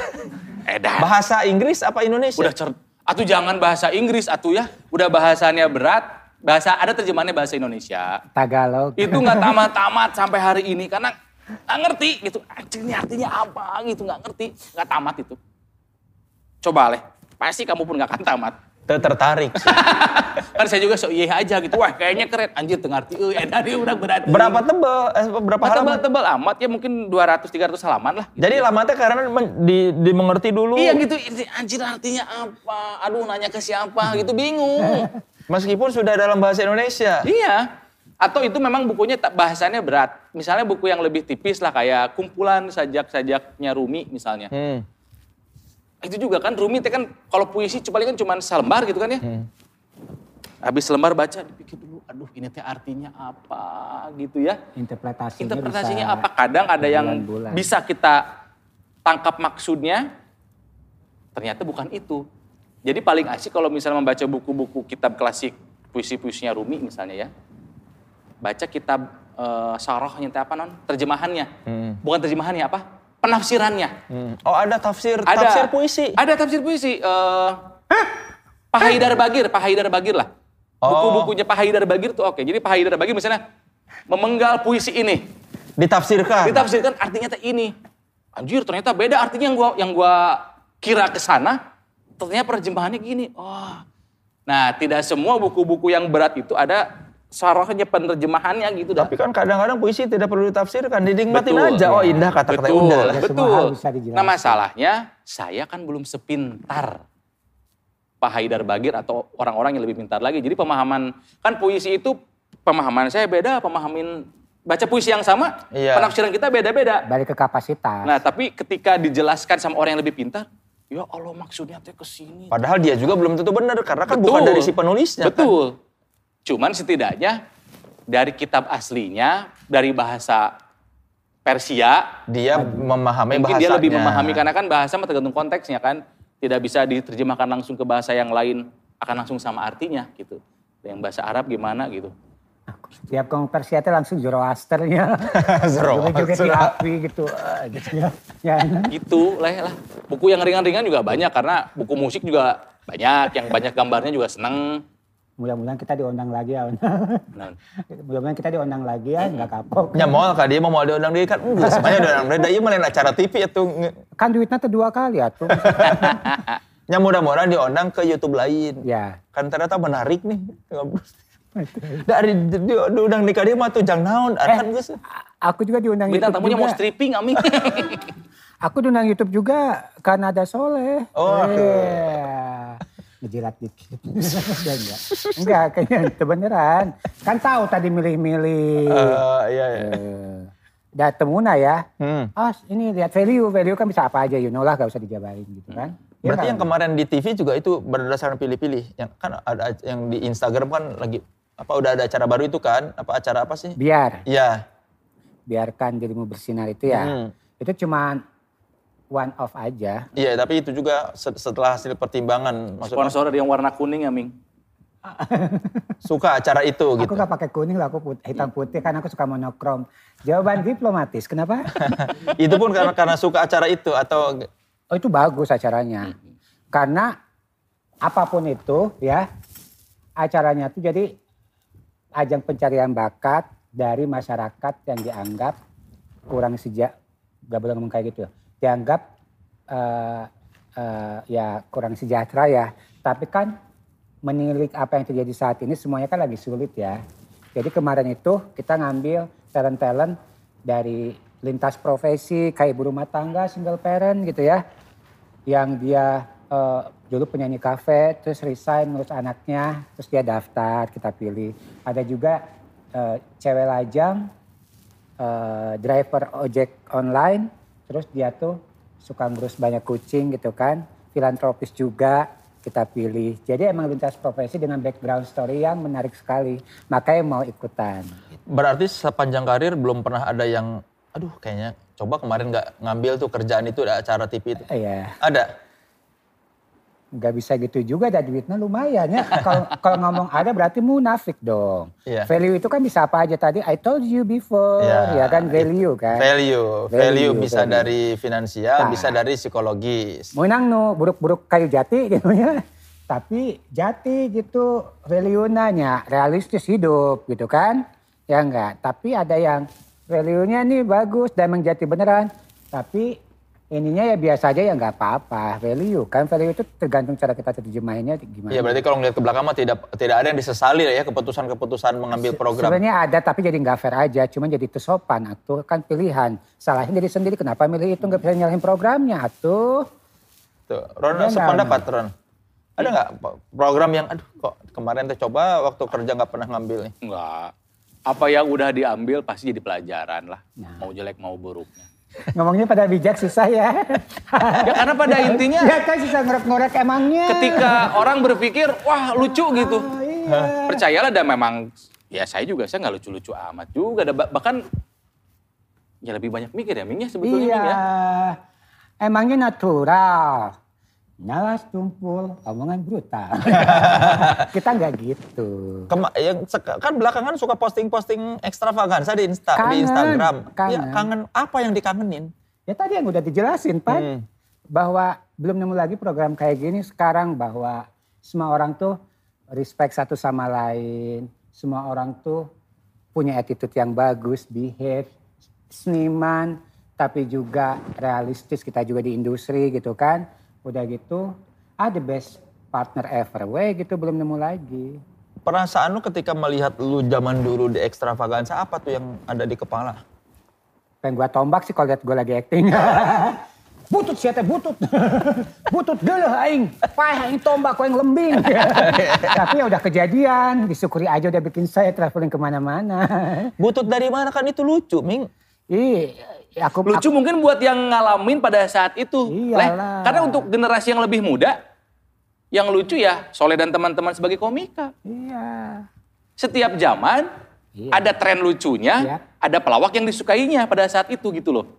Bahasa Inggris apa Indonesia? Atuh jangan bahasa Inggris atuh ya. Udah bahasanya berat. Ada terjemahannya bahasa Indonesia. Tagalog. Itu nggak tamat-tamat sampai hari ini karena nggak ngerti gitu. Ini artinya apa gitu, nggak ngerti, nggak tamat itu. Coba pasti kamu pun nggak akan tamat. Tertarik sih. Kan saya juga iya aja gitu. Wah kayaknya keren. Anjir ngerti. Dari udah berat. Berapa tebal? Berapa halaman? Tebal amat ya mungkin 200-300 halaman lah. Jadi lamatnya karena dimengerti dulu. Iya gitu. Anjir artinya apa? Aduh nanya ke siapa gitu bingung. Meskipun sudah dalam bahasa Indonesia. Iya. Atau itu memang bukunya bahasannya berat. Misalnya buku yang lebih tipis lah kayak kumpulan sajak-sajaknya Rumi misalnya. Itu juga kan Rumi kan kalau puisi paling kan cuma selembar gitu kan ya. Habis selembar baca dipikir dulu, aduh ini teh artinya apa gitu ya. Interpretasinya apa. Kadang ada yang bisa kita tangkap maksudnya, ternyata bukan itu. Jadi paling asik kalau misalnya membaca buku-buku kitab klasik, puisi-puisinya Rumi misalnya ya. Baca kitab syarahnya terjemahannya. Bukan terjemahannya apa? Penafsirannya. Oh ada tafsir puisi? Ada tafsir puisi. Pak Haidar Bagir lah. Buku-bukunya Pak Haidar Bagir tuh oke. Jadi Pak Haidar Bagir misalnya memenggal puisi ini. Ditafsirkan artinya ini. Anjir ternyata beda artinya yang gua kira ke sana. Ternyata terjemahannya gini. Oh. Nah tidak semua buku-buku yang berat itu ada sarahnya penerjemahannya gitu. Tapi kan kadang-kadang puisi tidak perlu ditafsirkan, dinikmatin aja. Oh indah kata-kata indah. Betul. Nah masalahnya saya kan belum sepintar Pak Haidar Bagir atau orang-orang yang lebih pintar lagi. Jadi pemahaman, kan puisi itu pemahaman saya beda, baca puisi yang sama, penafsiran kita beda-beda. Balik ke kapasitas. Nah tapi ketika dijelaskan sama orang yang lebih pintar, ya Allah maksudnya teh kesini. Padahal dia juga belum tentu benar, karena kan bukan dari si penulisnya. Betul. Kan? Cuman setidaknya dari kitab aslinya, dari bahasa Persia, dia memahami mungkin bahasanya. Dia lebih memahami karena kan bahasa tergantung konteksnya kan. Tidak bisa diterjemahkan langsung ke bahasa yang lain, akan langsung sama artinya gitu. Yang bahasa Arab gimana gitu. Setiap ngomong Persia itu langsung Zoroasternya. Joget-joget di api gitu. Gitu lah. Buku yang ringan-ringan juga banyak karena buku musik juga banyak. Yang banyak gambarnya juga seneng. Mudah-mudahan kita diundang lagi ya. Mudah-mudahan kita diundang lagi ya, nggak kapok. Ya mau kak dia mau diundang dia kan enggak semuanya diundang dia. Iya malah acara TV itu. Kan duitnya tuh 2 kali ya tuh. Ya mudah-mudahan diundang ke YouTube lain. Ya. Kan ternyata menarik nih. Dari diundang di dia mah tuh jang naon. Kan gus. Aku juga diundang bintang YouTube tamunya juga. Mau stripping Ami. Aku diundang YouTube juga karena ada Soleh. Oh. Ngejilat dikit. Enggak, kayaknya itu beneran. Kan tahu tadi milih-milih. Iya. Udah temuna ya. Ini lihat value kan bisa apa aja, lah gak usah dijabarin gitu kan. Berarti yang kemarin di TV juga itu berdasarkan pilih-pilih. Yang kan ada yang di Instagram kan lagi udah ada acara baru itu kan? Acara apa sih? Biar. Iya. Biarkan dirimu bersinar itu ya. Itu cuma one off aja. Iya, tapi itu juga setelah hasil pertimbangan. Sponsor yang warna kuning ya, Ming. Suka acara itu gitu. Aku gak pakai kuning lah, aku hitam putih kan aku suka monokrom. Jawaban diplomatis, kenapa? Itu pun karena suka acara itu atau? Oh itu bagus acaranya. Karena apapun itu ya, acaranya itu jadi ajang pencarian bakat dari masyarakat yang dianggap kurang gak boleh ngomong kayak gitu ya. Dianggap ya kurang sejahtera ya. Tapi kan menilik apa yang terjadi saat ini semuanya kan lagi sulit ya. Jadi kemarin itu kita ngambil talent-talent dari lintas profesi kayak ibu rumah tangga, single parent gitu ya. Yang dia dulu penyanyi kafe, terus resign ngurus anaknya, terus dia daftar, kita pilih. Ada juga cewek lajang, driver ojek online, terus dia tuh suka ngurus banyak kucing gitu kan. Filantropis juga kita pilih. Jadi emang lintas profesi dengan background story yang menarik sekali. Makanya mau ikutan. Berarti sepanjang karir belum pernah ada yang, aduh kayaknya coba kemarin nggak ngambil tuh kerjaan itu, ada acara TV itu. Iya. Ada? Nggak bisa gitu juga, ada duitnya lumayan ya. Kalau ngomong ada berarti munafik dong. Iya. Value itu kan bisa apa aja tadi, I told you before, ya kan value kan. Value bisa dari finansial, bisa dari psikologis. Menang no, buruk-buruk kayu jati gitu ya. Tapi jati gitu, value nanya, realistis hidup gitu kan. Ya enggak, tapi ada yang value-nya nih bagus dan emang jati beneran. Tapi ininya ya biasa aja ya nggak apa-apa. Value kan, value itu tergantung cara kita terjemahinnya gimana. Iya berarti kalau ngeliat ke belakang mah tidak ada yang disesali ya keputusan-keputusan mengambil program. Sebenarnya ada tapi jadi nggak fair aja, cuma jadi tersopan atuh kan pilihan. Salahnya diri sendiri, kenapa milih itu, nggak bisa nyalahin programnya atuh. Tuh, Ron sependapat Ron. Ada nggak program yang aduh kok kemarin tuh coba waktu kerja nggak pernah ngambil nih? Enggak. Apa yang udah diambil pasti jadi pelajaran lah. Mau jelek mau buruknya. Ngomongnya pada bijak susah ya. Ya karena pada intinya. Ya kan susah ngorek-ngorek emangnya. Ketika orang berpikir, wah lucu gitu. Iya. Percayalah dan memang, ya saya nggak lucu-lucu amat juga. Bahkan ya lebih banyak mikir ya Ming ya sebetulnya Iya. Ming ya. Emangnya natural. Nalas tumpul, omongan brutal. Kita nggak gitu. Kan belakangan suka posting-posting ekstravaganza di Instagram. Kangen. Ya, kangen apa yang dikangenin? Ya tadi yang udah dijelasin Pak. Bahwa belum nemu lagi program kayak gini sekarang, bahwa semua orang tuh respect satu sama lain. Semua orang tuh punya attitude yang bagus, behave, seniman, tapi juga realistis, kita juga di industri gitu kan. Udah gitu, the best partner ever, gitu belum nemu lagi. Perasaan lu ketika melihat lu zaman dulu di ekstravaganza apa tuh yang ada di kepala? Pengen gua tombak sih kalau lihat gua lagi acting. Butut siapa butut. Butut geuleuh aing. Paeh aing tombak yang lembing. Tapi ya udah kejadian, disyukuri aja udah bikin saya traveling kemana-mana. Butut dari mana kan itu lucu, Ming? Lucu mungkin buat yang ngalamin pada saat itu. Iyalah. Karena untuk generasi yang lebih muda, yang lucu ya Soleh dan teman-teman sebagai komika. Iya. Setiap zaman ada tren lucunya, ada pelawak yang disukainya pada saat itu gitu loh.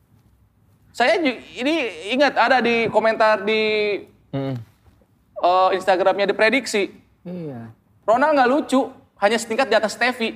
Saya ini ingat ada di komentar di Instagramnya Diprediksi. Iya. Ronald nggak lucu, hanya setingkat di atas Steffi.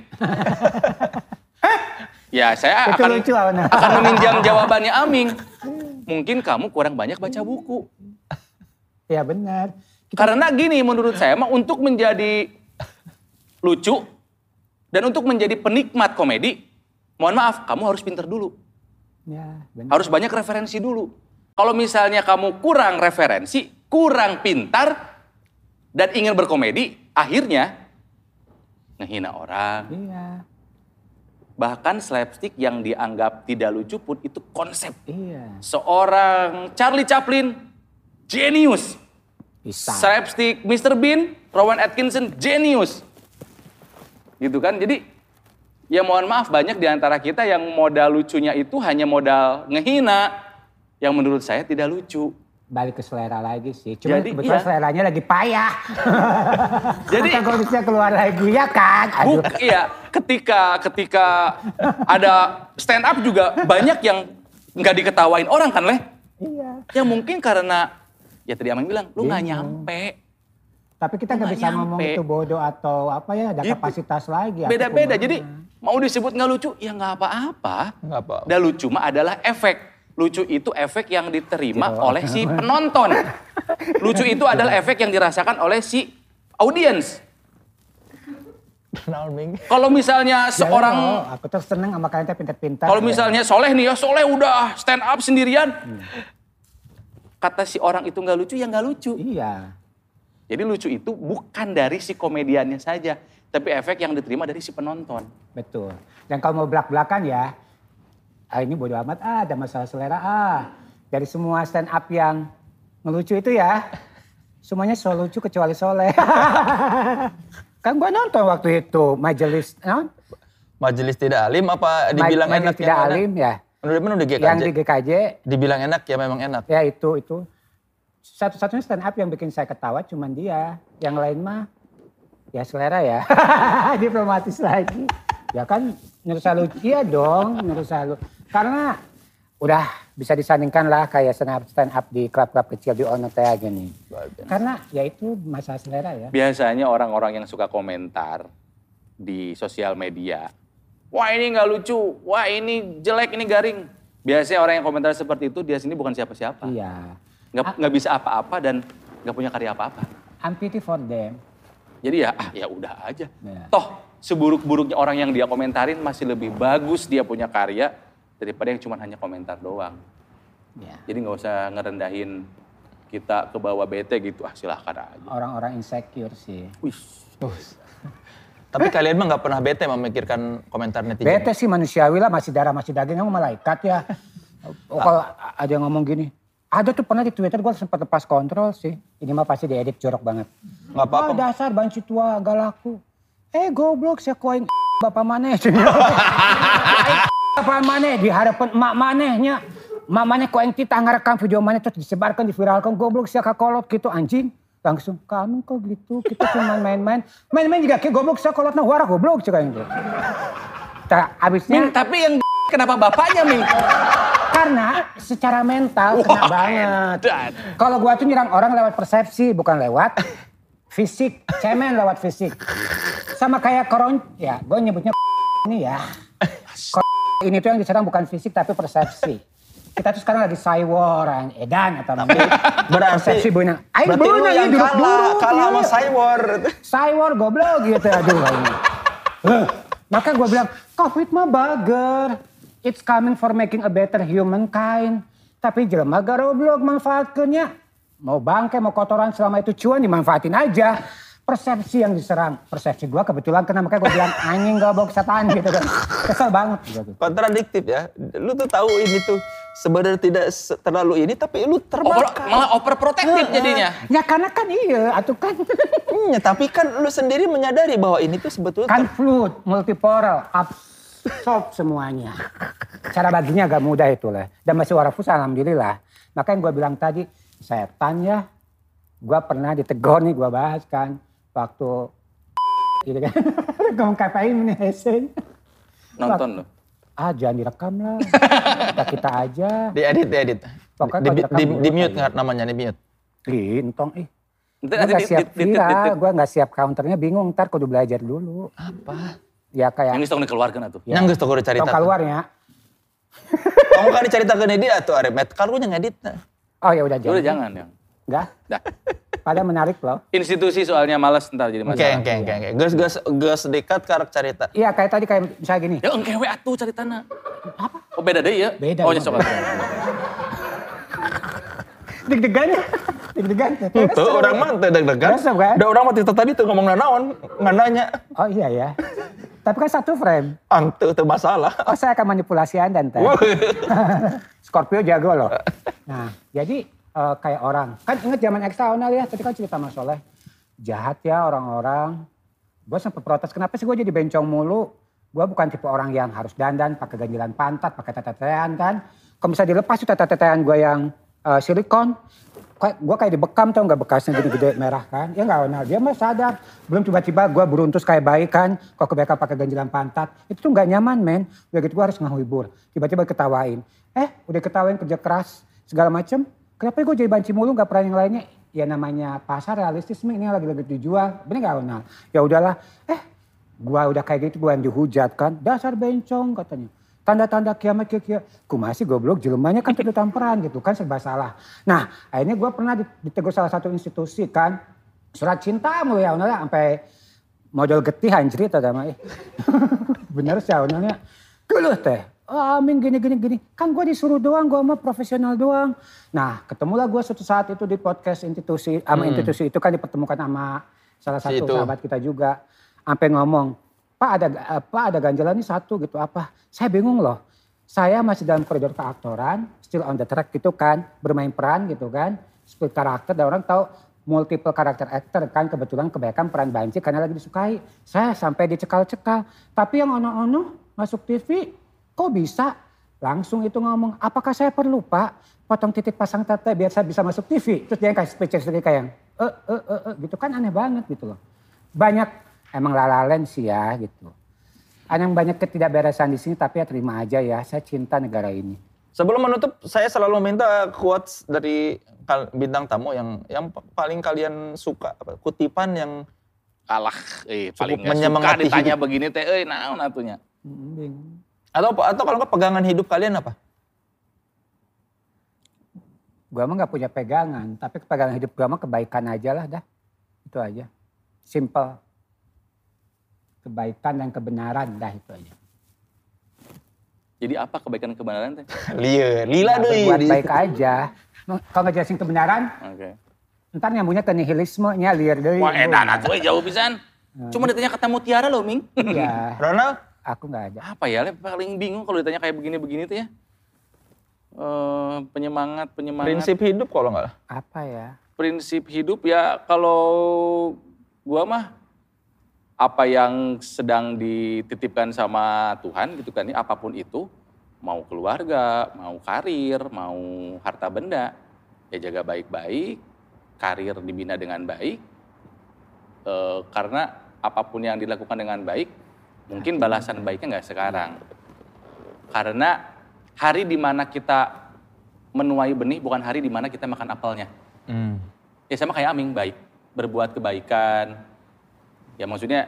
Ya saya akan meminjam jawabannya Aming. Mungkin kamu kurang banyak baca buku. Ya benar. Karena gini menurut saya mah untuk menjadi lucu dan untuk menjadi penikmat komedi, mohon maaf kamu harus pinter dulu. Ya, benar. Harus banyak referensi dulu. Kalau misalnya kamu kurang referensi, kurang pintar dan ingin berkomedi, akhirnya ngehina orang. Iya. Bahkan slapstick yang dianggap tidak lucu pun itu konsep. Iya. Seorang Charlie Chaplin, genius. Bisa. Slapstick Mr. Bean, Rowan Atkinson, genius. Gitu kan, jadi ya mohon maaf banyak di antara kita yang modal lucunya itu hanya modal ngehina. Yang menurut saya tidak lucu. Balik ke selera lagi sih. Cuma Jadi, kebetulan seleranya lagi payah. Jadi kondisinya keluar lagi ya kan. Aduh. Iya, ketika ada stand up juga banyak yang nggak diketawain orang kan Leh? Iya. Ya mungkin karena ya tadi Amang bilang lu nggak nyampe. Tapi kita nggak bisa ngomong itu bodoh atau apa ya, ada Gitu. kapasitas lagi. Beda-beda. Jadi mau disebut nggak lucu ya nggak apa-apa. Nggak apa-apa. Dan lucu mah adalah efek. Lucu itu efek yang diterima oleh si penonton. Lucu itu adalah efek yang dirasakan oleh si audiens. Kalau misalnya seorang, aku terus seneng sama kalian pintar-pintar. kalau misalnya Soleh nih ya, Soleh udah stand up sendirian. Kata si orang itu nggak lucu ya nggak lucu. Iya. Jadi lucu itu bukan dari si komediannya saja, tapi efek yang diterima dari si penonton. Betul. Dan kalau mau belak-belakan ya, ini bodo amat ada masalah selera Dari semua stand up yang Ngelucu itu ya, semuanya so lucu kecuali Soleh. Kan gue nonton waktu itu, majelis, Majelis tidak alim apa dibilang enak? Majelis tidak alim ya. Menurut di GKJ? Yang di GKJ. Dibilang enak ya memang enak. Ya itu. Satu-satunya stand up yang bikin saya ketawa cuman dia. Yang lain mah ya selera ya. Diplomatis lagi. Ya kan menurut saya lucu. Iya dong menurut saya lucu. Karena udah bisa disandingkan lah kayak stand up di klub-klub kecil di Ono teh gini. Karena ya itu masalah selera ya. Biasanya orang-orang yang suka komentar di sosial media. Wah ini nggak lucu, wah ini jelek, ini garing. Biasanya orang yang komentar seperti itu dia sini bukan siapa-siapa. Iya. Nggak bisa apa-apa dan nggak punya karya apa-apa. I'm pity for them. Jadi ya udah aja. Ya. Toh seburuk-buruknya orang yang dia komentarin masih lebih bagus dia punya karya daripada yang cuma hanya komentar doang. Ya. Jadi nggak usah ngerendahin kita ke bawah bete gitu. Silahkan aja. Orang-orang insecure sih. Wih. Tapi kalian mah nggak pernah bete memikirkan komentar netizen? Bete sih manusiawi lah, masih darah masih daging, kamu malaikat ya. Kalau ada yang ngomong gini, ada tuh pernah di Twitter gue sempat lepas kontrol sih. Ini mah pasti diedit jorok banget. Nggak apa-apa. Dasar banci tua gak laku. Goblok saya koin bapak maneh. Bapak maneh diharapkan emak manehnya. Emak maneh koin kita ngerekam video maneh terus disebarkan, diviralkan. Goblok saya kakolot gitu anjing. Langsung kami kok gitu, kita cuma main-main. Main-main juga kayak goblok saya kolotnya warah goblok juga gitu. Abisnya. Tapi yang kenapa bapaknya Mi? Karena secara mental kena banget. Kalau gua tuh nyerang orang lewat persepsi, bukan lewat fisik. Cemen lewat fisik. Sama kayak ya gua nyebutnya ini ya. Ini tuh yang diserang bukan fisik tapi persepsi. Kita tuh sekarang lagi Cywar, Edan atau namanya. Berarti berarti lu yang kalah sama Cywar. Cywar goblok gitu aduh ini. Maka gue bilang, COVID mah bager. It's coming for making a better humankind. Tapi jelema goblok manfaatkannya. Mau bangke, mau kotoran selama itu cuan dimanfaatin aja. Persepsi yang diserang. Persepsi gue kebetulan kena makanya gue bilang anjing goblok setan gitu kan. Kesel banget gitu. Kontradiktif ya. Lu tuh tahu ini tuh sebenarnya tidak terlalu ini tapi lu terbakar. Malah overprotective jadinya. Ya karena kan iya atuh kan. Iya, tapi kan lu sendiri menyadari bahwa ini tuh sebetulnya kan fluid, multipolar, absorb semuanya. Cara baginya agak mudah itu lah. Dan masih warafus alhamdulillah. Makanya gue bilang tadi setan ya. Gue pernah ditegur nih gue bahas kan. Waktu gitu kan. Ngomong KPI ini hesen. Nonton loh. Jangan direkam lah. Kita aja. Diedit. Pokoknya di mute namanya, di mute. Lintong Gue gak siap viral, gue gak siap counternya bingung. Ntar kudu belajar dulu. Apa? Ya kayak. Yang ini dikeluarkan atuh. Yang geus teu dicarita. Tong keluarnya. Kamu kan dicaritakeun dia atuh Aremet. Kalau nya ngedit. Oh ya udah jangan. Udah jangan yang. Enggak? Dah. Padahal menarik loh. Institusi soalnya males ntar jadi masalah. Oke. Geus dekat karek carita. Iya kayak tadi kayak misalnya gini. Ya engkewe atuh caritana. Apa? Oh beda deh ya? Beda. Oh nyesok. Deg-degan. Tuh orang mah teu deg-degan. Da orang mah tadi tuh ngomong naon, ngananya. Oh iya ya. Tapi kan satu frame. Teu masalah. Oh saya akan manipulasi Anda ntar. Scorpio jago loh. Nah jadi kayak orang. Kan inget zaman Extraordinary ya, tadi kan cerita Mas Soleh. Jahat ya orang-orang. Gue sempet protes, kenapa sih gue jadi bencong mulu? Gue bukan tipe orang yang harus dandan, pakai ganjilan pantat, pakai tetetean kan. Kalau bisa dilepas tuh tetetean gue yang silikon. Gue kayak dibekam tau gak bekasnya gede-gede merah kan. Ya gak kenal, dia mah sadar. Belum tiba-tiba gue beruntus kayak bayi kan. Kalau kebanyakan pakai ganjilan pantat. Itu tuh gak nyaman men. Udah gitu gue harus ngehibur. Tiba-tiba ketawain. Udah ketawain kerja keras segala macem. Kenapa gue jadi banci mulu gak pernah yang lainnya? Ya namanya pasar realistis ini lagi dijual. Bener gak kenal? Ya udahlah. Gue udah kayak gitu gue yang dihujat kan. Dasar bencong katanya. Tanda-tanda kiamat kiamat. Masih goblok jelemanya kan tuh tamperan gitu kan serba salah. Nah akhirnya gue pernah ditegur salah satu institusi kan. Surat cinta mulu ya unalnya sampai model getih anjrit ada mah. Bener sih unalnya. Geluh teh. Amin gini. Kan gue disuruh doang, gue mah profesional doang. Nah ketemulah gue suatu saat itu di podcast institusi. Sama institusi itu kan dipertemukan sama salah satu sahabat kita juga. Sampai ngomong, Pak ada ganjalan ini satu gitu apa. Saya bingung loh. Saya masih dalam koridor keaktoran, still on the track gitu kan. Bermain peran gitu kan. split karakter dan orang tahu multiple karakter actor kan. Kebetulan kebanyakan peran Banci karena lagi disukai. Saya sampai dicekal-cekal. Tapi yang ono-ono masuk TV kok bisa? Langsung itu ngomong, apakah saya perlu Pak potong titik pasang tete biar saya bisa masuk TV? Terus dia yang kasih speech kayak gitu kan aneh banget gitu loh. Banyak emang lalalen sih ya gitu. Ada yang banyak ketidakberesan di sini tapi ya terima aja ya, saya cinta negara ini. Sebelum menutup, saya selalu minta quotes dari bintang tamu yang paling kalian suka, kutipan yang Alah, paling cukup gak suka menyemangati ditanya hidup. begini teh, naon atunya. Bingung. Atau kalau nggak pegangan hidup kalian apa? Gua mah gak punya pegangan, tapi pegangan hidup gua mah kebaikan aja lah dah. Itu aja. Simple. Kebaikan dan kebenaran dah itu aja. Jadi apa kebaikan kebenaran teh? Lila deui. Buat baik aja. Kalau ngejelasin kebenaran, Oke. ntar nyambungnya ke nihilisme-nya liar deui. Wah edan atuh jauh pisan. Cuma ditanya kata mutiara loh, Ming. Iya, Ronald? aku gak ada. Apa ya, paling bingung kalau ditanya kayak begini-begini tuh ya. Penyemangat. Prinsip hidup kalau nggak. Apa ya? Prinsip hidup ya kalau gua mah apa yang sedang dititipkan sama Tuhan gitu kan ya, apapun itu, mau keluarga, mau karir, mau harta benda, ya jaga baik-baik, karir dibina dengan baik, karena apapun yang dilakukan dengan baik, mungkin balasan baiknya nggak sekarang. Karena hari di mana kita menuai benih bukan hari di mana kita makan apelnya. Ya sama kayak Aming, baik, berbuat kebaikan. Ya maksudnya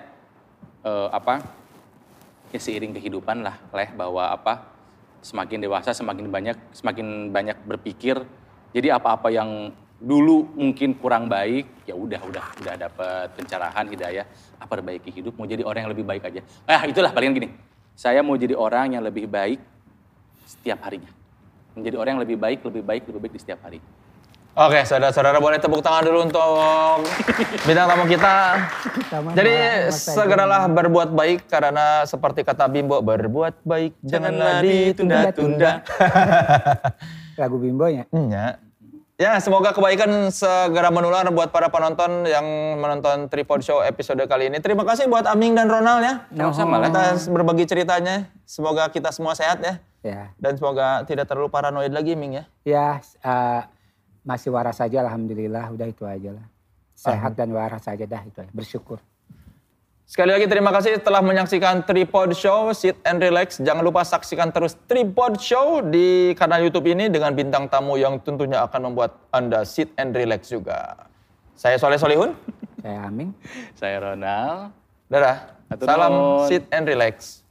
ya seiring kehidupan lah, bahwa semakin dewasa semakin banyak berpikir. Jadi apa-apa yang dulu mungkin kurang baik, ya udah dapat pencerahan, hidayah, perbaiki hidup, mau jadi orang yang lebih baik aja. Itulah palingan gini. Saya mau jadi orang yang lebih baik setiap harinya. Menjadi orang yang lebih baik di setiap hari. Oke, saudara-saudara boleh tepuk tangan dulu untuk bintang tamu kita. Jadi segeralah berbuat baik karena seperti kata Bimbo, berbuat baik janganlah ditunda-tunda. Lagu Bimbonya. Iya. Ya, semoga kebaikan segera menular buat para penonton yang menonton Tripod Show episode kali ini. Terima kasih buat Aming dan Ronald ya. Sama-sama lah. Atas berbagi ceritanya. Semoga kita semua sehat ya. Ya. Dan semoga tidak terlalu paranoid lagi, Ming ya. Ya, masih waras saja alhamdulillah, udah itu aja lah. Sehat dan waras saja dah itu aja, bersyukur. Sekali lagi terima kasih telah menyaksikan Tripod Show, Sit and Relax. Jangan lupa saksikan terus Tripod Show di kanal YouTube ini dengan bintang tamu yang tentunya akan membuat Anda sit and relax juga. Saya Soleh Solihun. Saya Aming. Saya Ronald. Dadah. Atur Salam nuhun. sit and relax.